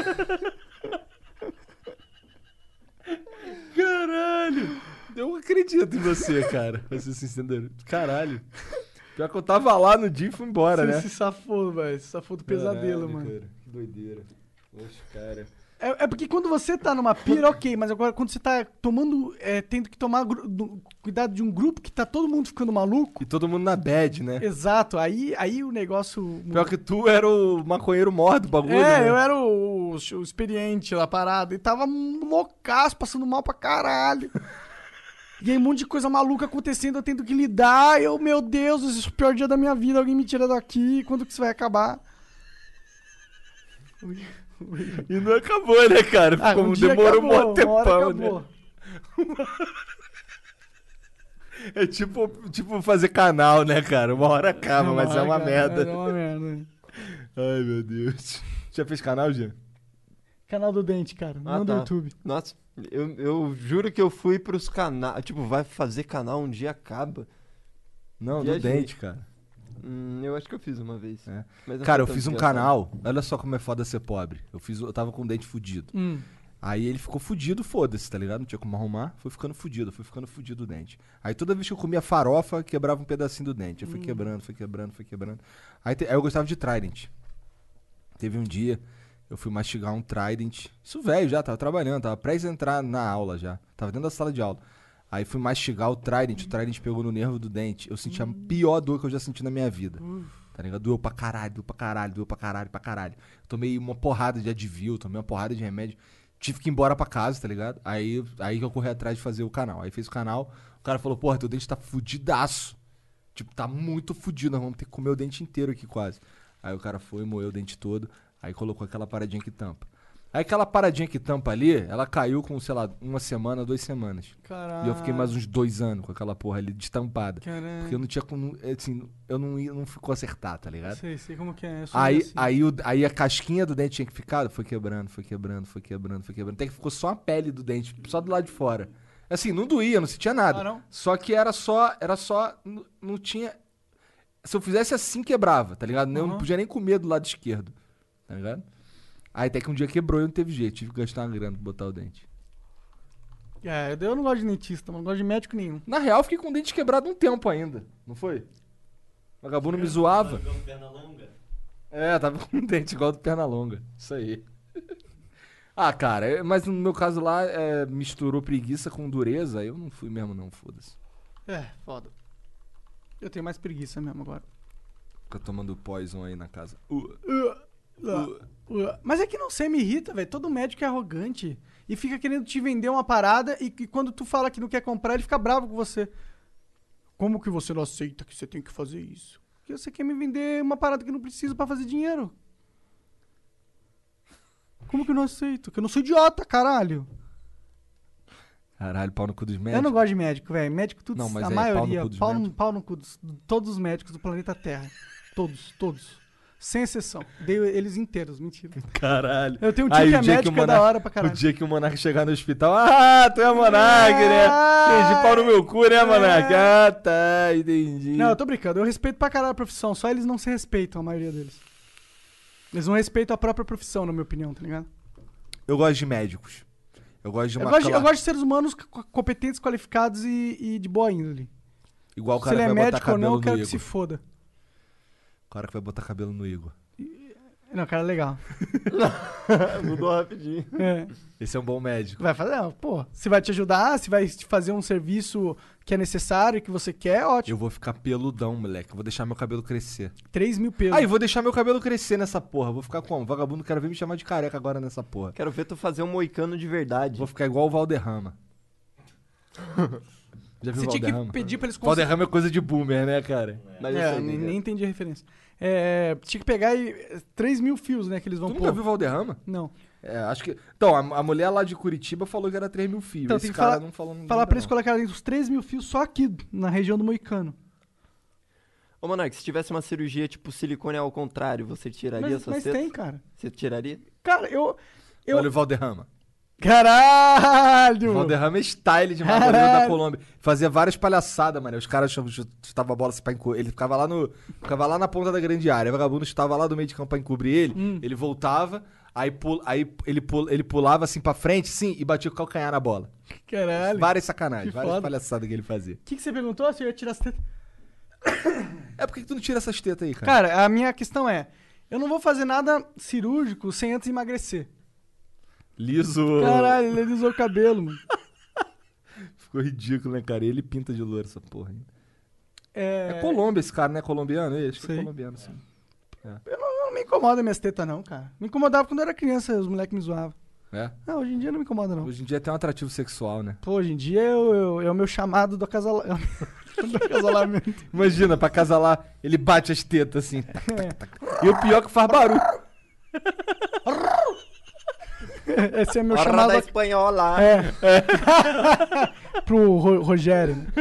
Caralho. Eu acredito em você, cara. Pra ser sincero. Caralho. Pior que eu tava lá no dia e fui embora, Você né? se safou, velho. Se safou do pesadelo, Caralho, mano. Cara. Que doideira. Poxa, cara. É porque quando você tá numa pira, ok, mas agora quando você tá tomando, tendo que tomar cuidado de um grupo que tá todo mundo ficando maluco. E todo mundo na bad, né? Exato, aí o negócio. Pior que tu era o maconheiro mor do bagulho, né? Eu era o experiente lá parado e tava loucaço, passando mal pra caralho. E aí um monte de coisa maluca acontecendo, eu tendo que lidar. Meu Deus, esse é o pior dia da minha vida, alguém me tira daqui, quando que isso vai acabar? E não acabou, né, cara? Ficou, um dia demorou acabou, um tempão, uma hora né? acabou. É tipo fazer canal, né, cara? Uma hora acaba, mas é uma merda. É uma merda. Ai, meu Deus. Já fez canal, Jean? Canal do Dente, cara, não do tá. YouTube. Nossa, eu juro que eu fui pros canais. Tipo, vai fazer canal um dia acaba. Não, do Viajei. dente, cara. Eu acho que eu fiz uma vez. É. Mas não Cara, eu foi fiz tanto um engraçado. canal. Olha só como é foda ser pobre. Eu tava com o dente fudido. Aí ele ficou fudido, foda-se, tá ligado? Não tinha como arrumar. Foi ficando fudido o dente. Aí toda vez que eu comia farofa, quebrava um pedacinho do dente. Aí foi quebrando. Aí eu gostava de Trident. Teve um dia, eu fui mastigar um Trident. Isso velho já, tava trabalhando, tava prestes a entrar na aula já. Tava dentro da sala de aula. Aí fui mastigar o Trident pegou no nervo do dente. Eu senti a pior dor que eu já senti na minha vida. Tá ligado? Doeu pra caralho. Tomei uma porrada de Advil, tomei uma porrada de remédio. Tive que ir embora pra casa, tá ligado? Aí que eu corri atrás de fazer o canal. Aí fez o canal, o cara falou, porra, teu dente tá fudidaço. Tipo, tá muito fudido, nós vamos ter que comer o dente inteiro aqui quase. Aí o cara foi, moeu o dente todo, aí colocou aquela paradinha que tampa. Aí aquela paradinha que tampa ali, ela caiu com, sei lá, 1 semana, 2 semanas. Caralho. E eu fiquei mais uns 2 anos com aquela porra ali destampada. Caralho. Porque eu não tinha como, assim, eu não ficou acertar, tá ligado? Sei como que é. Eu sou Aí, assim. aí a casquinha do dente tinha que ficar, foi quebrando. Até que ficou só a pele do dente, só do lado de fora. Assim, não doía, não sentia nada. Ah, não? Só que era só, não tinha... Se eu fizesse assim, quebrava, tá ligado? Eu não podia nem comer do lado esquerdo, tá ligado? Aí até que um dia quebrou e não teve jeito, tive que gastar uma grana pra botar o dente. Eu não gosto de dentista, não gosto de médico nenhum. Na real, eu fiquei com o dente quebrado um tempo ainda, não foi? Vagabundo me zoava. Igual do Pernalonga. É, tava com um dente igual do Pernalonga. Isso aí. Ah, cara, mas no meu caso lá, misturou preguiça com dureza, aí eu não fui mesmo não, foda-se. É, foda. Eu tenho mais preguiça mesmo agora. Fica tomando poison aí na casa. Mas é que não sei, me irrita, velho. Todo médico é arrogante e fica querendo te vender uma parada e quando tu fala que não quer comprar, ele fica bravo com você. Como que você não aceita que você tem que fazer isso? Porque você quer me vender uma parada que não precisa pra fazer dinheiro. Como que eu não aceito? Que eu não sou idiota, caralho. Caralho, pau no cu dos médicos. Eu não gosto de médico, velho. Médico, tudo, Não, mas a é maioria, pau no cu dos pau no cu de todos os médicos do planeta Terra. Todos. Sem exceção. Dei eles inteiros, mentira. Caralho. Eu tenho um tio que é médico, é da hora pra O caralho. dia que o Monark chegar no hospital, tu é Monark, né? Entendi, pau no meu cu, né, Monark? Ah, tá, entendi. Não, eu tô brincando. Eu respeito pra caralho a profissão, só eles não se respeitam, a maioria deles. Eles não respeitam a própria profissão, na minha opinião, tá ligado? Eu gosto de médicos. Eu gosto de Eu uma gosto de seres humanos competentes, qualificados e de boa índole. Igual o Se cara ele que é vai botar médico ou cabelo não, eu no quero que Igor. se foda. O cara que vai botar cabelo no Igor. Não, cara, é legal. Mudou rapidinho. É. Esse é um bom médico. Vai fazer, pô. Se vai te ajudar, se vai te fazer um serviço que é necessário, que você quer, ótimo. Eu vou ficar peludão, moleque. Eu vou deixar meu cabelo crescer. 3 mil pesos. Ah, e vou deixar meu cabelo crescer nessa porra. Vou ficar como? Vagabundo, quero ver me chamar de careca agora nessa porra. Quero ver tu fazer um moicano de verdade. Vou ficar igual o Valderrama. Já viu Você o tinha Valderrama? que pedir pra eles Valderrama é coisa de boomer, né, cara? Mas eu sei, nem entendi a referência. Tinha que pegar 3 mil fios, né, que eles vão Tu pôr. nunca viu o Valderrama? Não. É, acho que... Então, a mulher lá de Curitiba falou que era 3 mil fios. Então Esse tem que cara falar, não falou falar pra eles não. colocarem os 3 mil fios só aqui, na região do Moicano. Ô, Monark, se tivesse uma cirurgia tipo silicone ao contrário, você tiraria Mas, suas mas tetas? tem, cara. Você tiraria? Cara, eu... Olha o Valderrama. O Caralho! Valderrama é style de margarida da Colômbia. Fazia várias palhaçadas, mano. Os caras chutavam a bola assim pra encobrir. Ele ficava lá na ponta da grande área. O vagabundo estava lá do meio de campo pra encobrir ele. Ele voltava, aí ele pulava assim pra frente, sim, e batia o calcanhar na bola. Caralho. Várias sacanagens, Que várias foda. palhaçadas que ele fazia. O que você perguntou? Se eu ia tirar as tetas? É por que tu não tira essas tetas aí, cara? Cara, a minha questão é... Eu não vou fazer nada cirúrgico sem antes emagrecer. Liso. Caralho, ele alisou o cabelo, mano. Ficou ridículo, né, cara? E ele pinta de louro essa porra ainda. É Colômbia esse cara, né? Colombiano? Acho que é Sei. colombiano, sim. Não me incomoda minhas tetas, não, cara. Me incomodava quando eu era criança, os moleques me zoavam. É? Hoje em dia não me incomoda, não. Hoje em dia tem um atrativo sexual, né? Pô, hoje em dia é o meu chamado do do acasalamento. Imagina, pra acasalar, ele bate as tetas assim. É. E o pior é que faz barulho. Esse é meu Hora chamado da espanhola. pro Rogério. Né?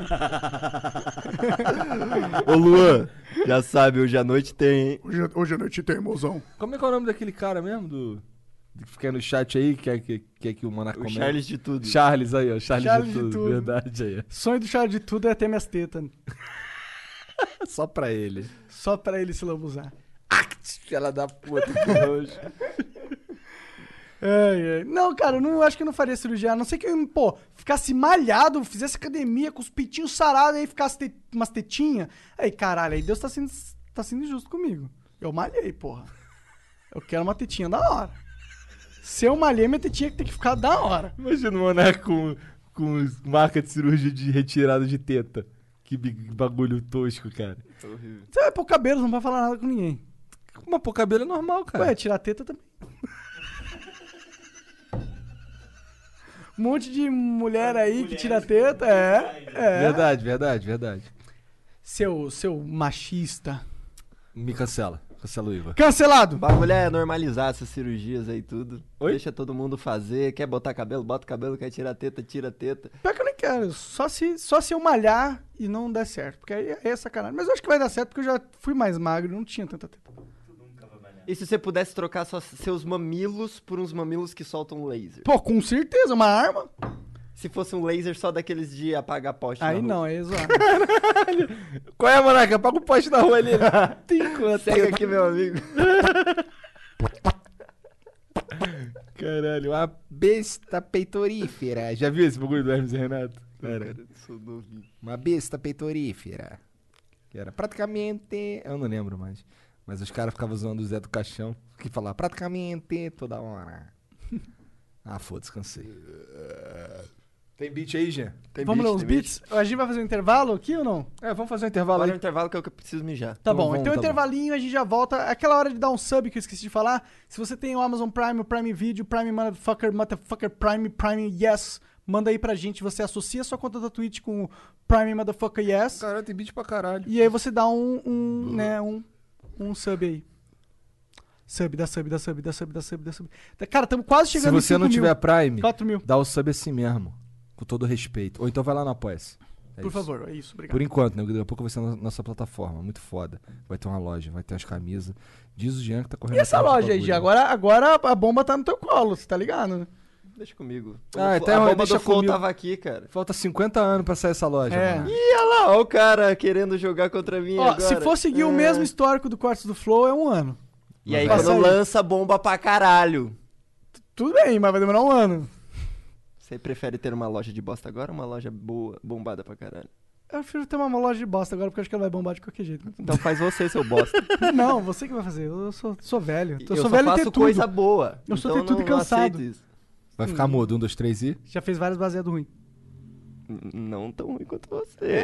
Ô, Luan, já sabe, hoje à noite tem, hein? Hoje à noite tem, mozão. Como é que é o nome daquele cara mesmo? Que fica aí no chat aí, que é que o Monarca O comenta? Charles de tudo. Charles aí, ó. Charles Charles de de tudo. tudo. Verdade aí. Sonho do Charles de tudo é ter minhas tetas. Só pra ele. Só pra ele se lambuzar. Ela da puta, que nojo. Não, cara, eu não acho que eu não faria cirurgia. A não ser que eu, ficasse malhado, fizesse academia com os pitinhos sarados, aí ficasse umas tetinhas. Aí, caralho, aí Deus tá sendo injusto comigo. Eu malhei, porra. Eu quero uma tetinha da hora. Se eu malhei, minha tetinha tem que ficar da hora. Imagina o Monarca com marca de cirurgia de retirada de teta. Que bagulho tosco, cara. Você vai pôr cabelo, não vai falar nada com ninguém. Mas pô, cabelo é normal, cara. Ué, tirar a teta também. Um monte de mulher aí que tira a teta, Verdade. Seu machista. Me cancela o Igor. Cancelado! O bagulho é normalizar essas cirurgias aí tudo. Oi? Deixa todo mundo fazer. Quer botar cabelo, bota cabelo. Quer tirar teta, tira teta. Pior que eu nem quero, só se eu malhar e não der certo, porque aí é sacanagem. Mas eu acho que vai dar certo porque eu já fui mais magro e não tinha tanta teta. E se você pudesse trocar seus mamilos por uns mamilos que soltam laser? Pô, com certeza, uma arma? Se fosse um laser só daqueles de apagar poste na Aí rua. não, aí é zoado. Qual é, Monarca? Apaga o poste na rua ali. Tem quanto? Pega aqui, meu amigo. Caralho, uma besta peitorífera. Já viu esse bagulho do Hermes e Renato? Cara, Sou novinho. uma besta peitorífera. Que era praticamente... Eu não lembro mais. Mas os caras ficavam zoando o Zé do Caixão, que falava praticamente toda hora. Ah, foda-se, cansei. Tem beat aí, Jean? Vamos ler os beats? A gente vai fazer um intervalo aqui ou não? Vamos fazer um intervalo Agora aí. é um intervalo que eu preciso mijar. Tá Então bom, vamos, então tá intervalinho, a gente já volta. Aquela hora de dar um sub que eu esqueci de falar. Se você tem o Amazon Prime, o Prime Video, Prime Motherfucker, Prime Yes, manda aí pra gente. Você associa sua conta da Twitch com o Prime Motherfucker Yes. Caralho, tem beat pra caralho. E aí você dá um sub aí. Dá sub. Cara, estamos quase Se chegando em você 5 não mil. tiver Prime, 4 mil. dá o sub assim mesmo. Com todo respeito. Ou então vai lá no Apoia-se. É Por isso. favor, é isso, obrigado. Por enquanto, né? Daqui a pouco vai ser na nossa plataforma. Muito foda. Vai ter uma loja, vai ter as camisas. Diz o Jean que tá correndo. E essa atrás do loja aí, bagulho. Gia? Agora a bomba tá no teu colo, você tá ligado, né? Deixa comigo. Então a bomba deixa do Flow comigo. tava aqui, cara. Falta 50 anos pra sair essa loja, É. mano. Ih, olha lá, ó o cara querendo jogar contra mim Ó, agora. se for seguir o mesmo histórico do Cortes do Flow, é 1 ano. E aí Vai quando sair. lança, bomba pra caralho. Tudo bem, mas vai demorar 1 ano. Você prefere ter uma loja de bosta agora ou uma loja boa, bombada pra caralho? Eu prefiro ter uma loja de bosta agora, porque eu acho que ela vai bombar de qualquer jeito. Então faz você, seu bosta. Não, você que vai fazer. Eu sou velho. Eu Eu sou só velho e ter faço tudo. coisa boa. Eu sou então ter tudo e não cansado. aceito isso. Vai ficar mudo. 1, 2, 3 e... Já fez vários baseados ruins. Não tão ruim quanto você.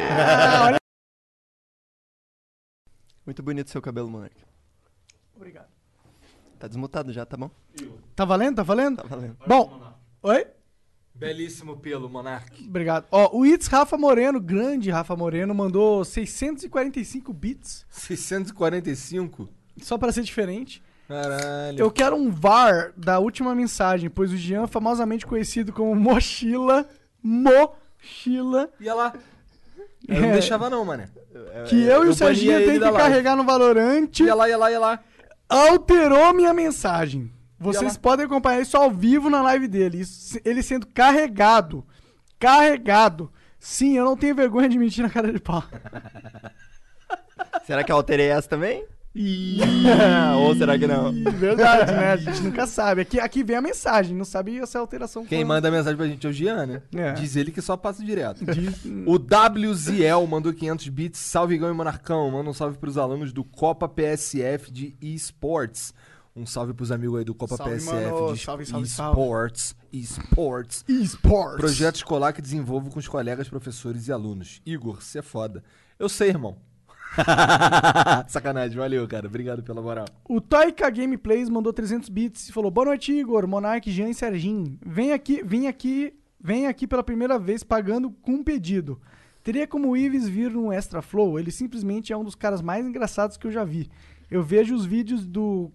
Muito bonito seu cabelo, moleque. Obrigado. Tá desmutado já, tá bom? Tá valendo? Tá valendo? Tá valendo. Bom, oi? Belíssimo pelo, Monark. Obrigado. Ó, o It's Rafa Moreno, grande Rafa Moreno, mandou 645 bits, 645? só pra ser diferente. Caralho. Eu quero um VAR da última mensagem, pois o Jean, famosamente conhecido como Mochila, Ia lá. Eu não É. deixava não, mané. que eu e o eu Serginho bania tem ele que da live. carregar no Valorante, Ia lá. alterou minha mensagem. Vocês lá. podem acompanhar isso ao vivo na live dele. Ele sendo carregado. Carregado. Sim, eu não tenho vergonha de mentir na cara de pau. Será que eu alterei essa também? Ou será que não? Verdade, né? A gente nunca sabe. Aqui vem a mensagem, não sabe essa alteração. Quem foi- manda a mensagem pra gente é o Jean, né? É. Diz ele que só passa direto. O WZL mandou 500 bits. Salve, Gão e Monarcão. Manda um salve pros alunos do Copa PSF de eSports. Um salve pros amigos aí do Copa Salve, PSF mano. de Salve. eSports. eSports. Projeto escolar que desenvolvo com os colegas, professores e alunos. Igor, você é foda. Eu sei, irmão. Sacanagem, valeu, cara. Obrigado pela moral. O Taika Gameplays mandou 300 bits e falou: Boa noite, Igor, Monark, Jean e Serginho. Vem aqui pela primeira vez pagando com um pedido. Teria como o Ives vir no Extra Flow? Ele simplesmente é um dos caras mais engraçados que eu já vi. Eu vejo os vídeos do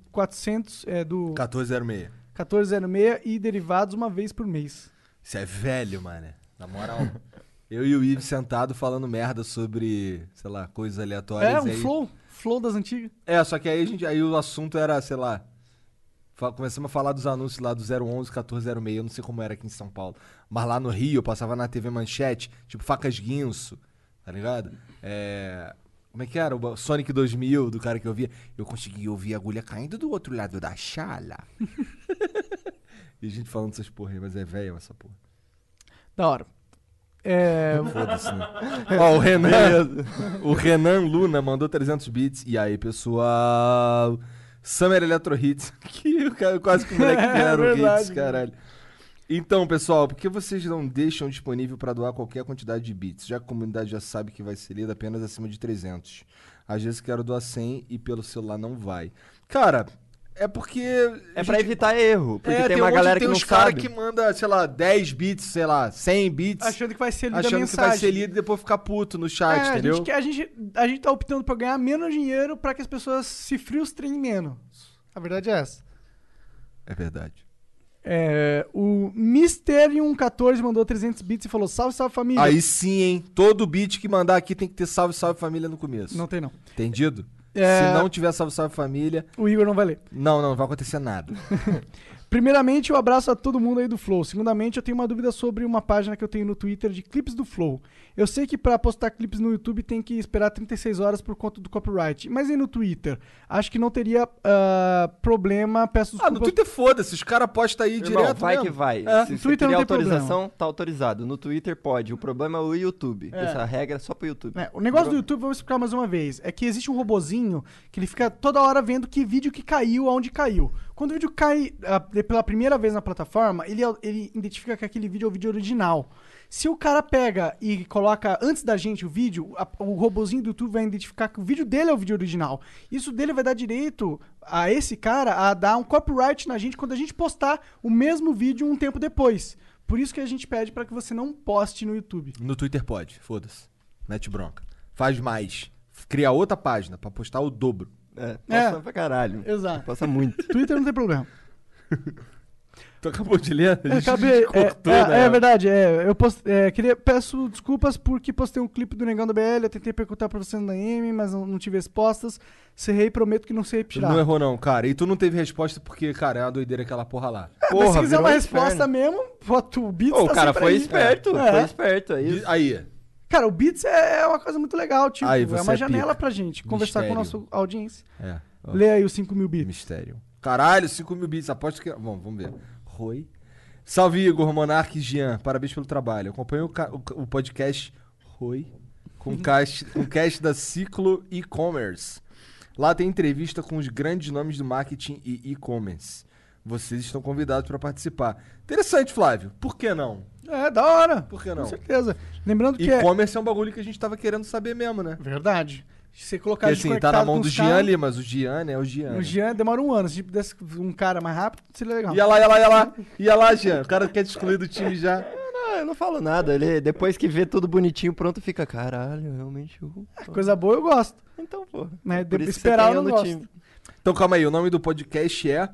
1406. 1406 e derivados uma vez por mês. Isso é velho, mano. Na moral. Eu e o Ives sentado falando merda sobre, sei lá, coisas aleatórias. É, um aí... flow das antigas. É, só que aí o assunto era, sei lá, começamos a falar dos anúncios lá do 011, 1406, eu não sei como era aqui em São Paulo. Mas lá no Rio, eu passava na TV Manchete, tipo Facas Guinso, tá ligado? Como é que era? O Sonic 2000, do cara que eu via. Eu consegui ouvir a agulha caindo do outro lado da chala. E a gente falando essas porra aí, mas é velho essa porra. Da hora. Foda-se, né? Ó, o Renan Luna mandou 300 bits. E aí, pessoal? Summer Electro Hits. Que o cara, quase que o moleque viraram verdade, hits, caralho. Então, pessoal, por que vocês não deixam disponível pra doar qualquer quantidade de bits? Já que a comunidade já sabe que vai ser lida apenas acima de 300. Às vezes quero doar 100 e pelo celular não vai. Cara, é porque... É pra evitar erro, porque tem um uma monte- galera que tem não uns cara sabe. que manda, sei lá, 10 bits, sei lá, 100 bits. Achando que vai ser lida a Achando que mensagem. vai ser lido e depois ficar puto no chat, entendeu? A gente tá optando por ganhar menos dinheiro pra que as pessoas se frustrem menos. A verdade é essa. É verdade. O Mysterium14 mandou 300 bits e falou: Salve, salve família. Aí sim, hein? Todo beat que mandar aqui tem que ter salve, salve família no começo. Não tem, não. Entendido? É. Se não tiver salve, salve família, O Igor não vai ler. não vai acontecer nada. Primeiramente, eu abraço a todo mundo aí do Flow. Segundamente, eu tenho uma dúvida sobre uma página que eu tenho no Twitter de clipes do Flow. Eu sei que pra postar clipes no YouTube tem que esperar 36 horas por conta do copyright. Mas e no Twitter? Acho que não teria problema. Peço desculpas. no Twitter foda-se, os caras postam aí Irmão, direto vai mesmo. que vai. É, Se no você Twitter tiver não tem autorização, tá autorizado. No Twitter pode. O problema é o YouTube. É. Essa regra é só pro YouTube. O negócio do YouTube, vamos explicar mais uma vez, é que existe um robozinho que ele fica toda hora vendo que vídeo que caiu, aonde caiu. Quando o vídeo cai pela primeira vez na plataforma, ele identifica que aquele vídeo é o vídeo original. Se o cara pega e coloca antes da gente o vídeo, o robozinho do YouTube vai identificar que o vídeo dele é o vídeo original. Isso dele vai dar direito a esse cara a dar um copyright na gente quando a gente postar o mesmo vídeo um tempo depois. Por isso que a gente pede pra que você não poste no YouTube. No Twitter pode, foda-se. Mete bronca. Faz mais. Cria outra página pra postar o dobro. Passa pra caralho. Exato. Passa muito. Twitter não tem problema. Tu acabou de ler? Eu acabei. É verdade. Peço desculpas porque postei um clipe do Negão da BL. Eu tentei perguntar pra você no DM, mas não tive respostas. Serrei e prometo que não sei repirar. Não errou não, cara. E tu não teve resposta porque, cara, é uma doideira aquela porra lá. Mas se quiser virou uma um resposta inferno. mesmo, bota o Beats. O tá cara sempre foi aí. esperto. É. Foi esperto. É isso. Aí, Cara, o Beats é uma coisa muito legal, tipo. Aí, É você uma é janela pica. pra gente conversar com a Mistério. nossa audiência. É. Ó, Lê aí os 5.000 bits. mistério. Caralho, 5.000 bits. Aposto que... Bom, vamos ver. Roi. Salve, Igor, Monark e Jean. Parabéns pelo trabalho. Acompanho o podcast Roi com cast da Ciclo E-Commerce. Lá tem entrevista com os grandes nomes do marketing e e-commerce. Vocês estão convidados para participar. Interessante, Flávio. Por que não? É, da hora. Por que não? Com certeza. Lembrando que E-commerce é um bagulho que a gente tava querendo saber mesmo, né? Verdade. Se você colocar Porque a gente assim, tá conectado na mão com do os Jean caras, ali, mas o Jean, né? O Jean. O Jean demora um ano. Se desse um cara mais rápido, seria legal. Ia lá. Ia lá, Jean. O cara quer te excluir do time já. Não, eu não falo nada. Ele, depois que vê tudo bonitinho, pronto, fica, caralho, realmente. Coisa boa eu gosto. Então, pô. Né? Por isso que Esperar você eu tem não no gosto. time. Então calma aí, o nome do podcast é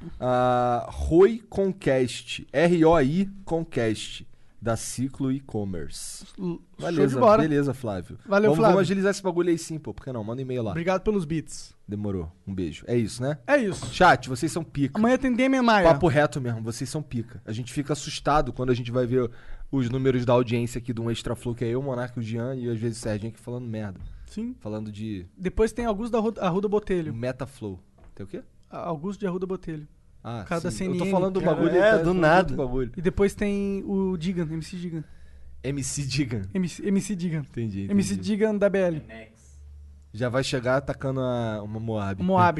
Roi Concast. R-O-I Concast. Da Ciclo E-Commerce. Show de bola. Beleza, Flávio. Valeu, vamos, Flávio. Vamos agilizar esse bagulho aí sim, pô. Por que não? Manda um e-mail lá. Obrigado pelos beats. Demorou. Um beijo. É isso, né? É isso. Chat, vocês são pica. Amanhã tem Demian Maia. Papo reto mesmo, vocês são pica. A gente fica assustado quando a gente vai ver os números da audiência aqui do Extra Flow, que é eu, o Monark, o Jean e às vezes o Serginho aqui falando merda. Sim. Falando de Depois tem Augusto da Arruda Botelho. Metaflow. Tem o quê? Augusto de Arruda Botelho. Ah, Cara da sim. Eu tô CNN, falando do cara. bagulho. É, ele tá do falando nada. outro bagulho. E depois tem o Digan, MC Digan. MC Digan. MC Digan. Entendi. MC Digan da BL. Next. Já vai chegar atacando uma Moab. O Moab.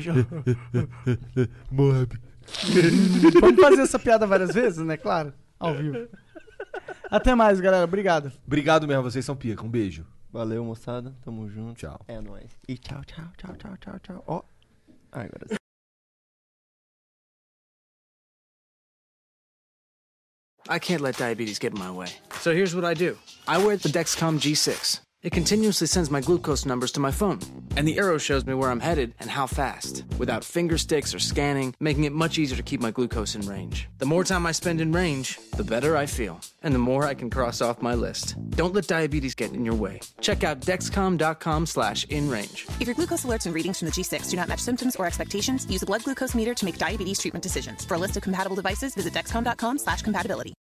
Moab. Vamos fazer essa piada várias vezes, né? Claro. Ao vivo. Até mais, galera. Obrigado. Obrigado mesmo, vocês são pica. Um beijo. Valeu, moçada. Tamo junto. Tchau. É nóis. E tchau. Ó. Agora sim. I can't let diabetes get in my way. So here's what I do. I wear the Dexcom G6. It continuously sends my glucose numbers to my phone, and the arrow shows me where I'm headed and how fast, without finger sticks or scanning, making it much easier to keep my glucose in range. The more time I spend in range, the better I feel, and the more I can cross off my list. Don't let diabetes get in your way. Check out Dexcom.com/inrange. If your glucose alerts and readings from the G6 do not match symptoms or expectations, use a blood glucose meter to make diabetes treatment decisions. For a list of compatible devices, visit Dexcom.com/compatibility.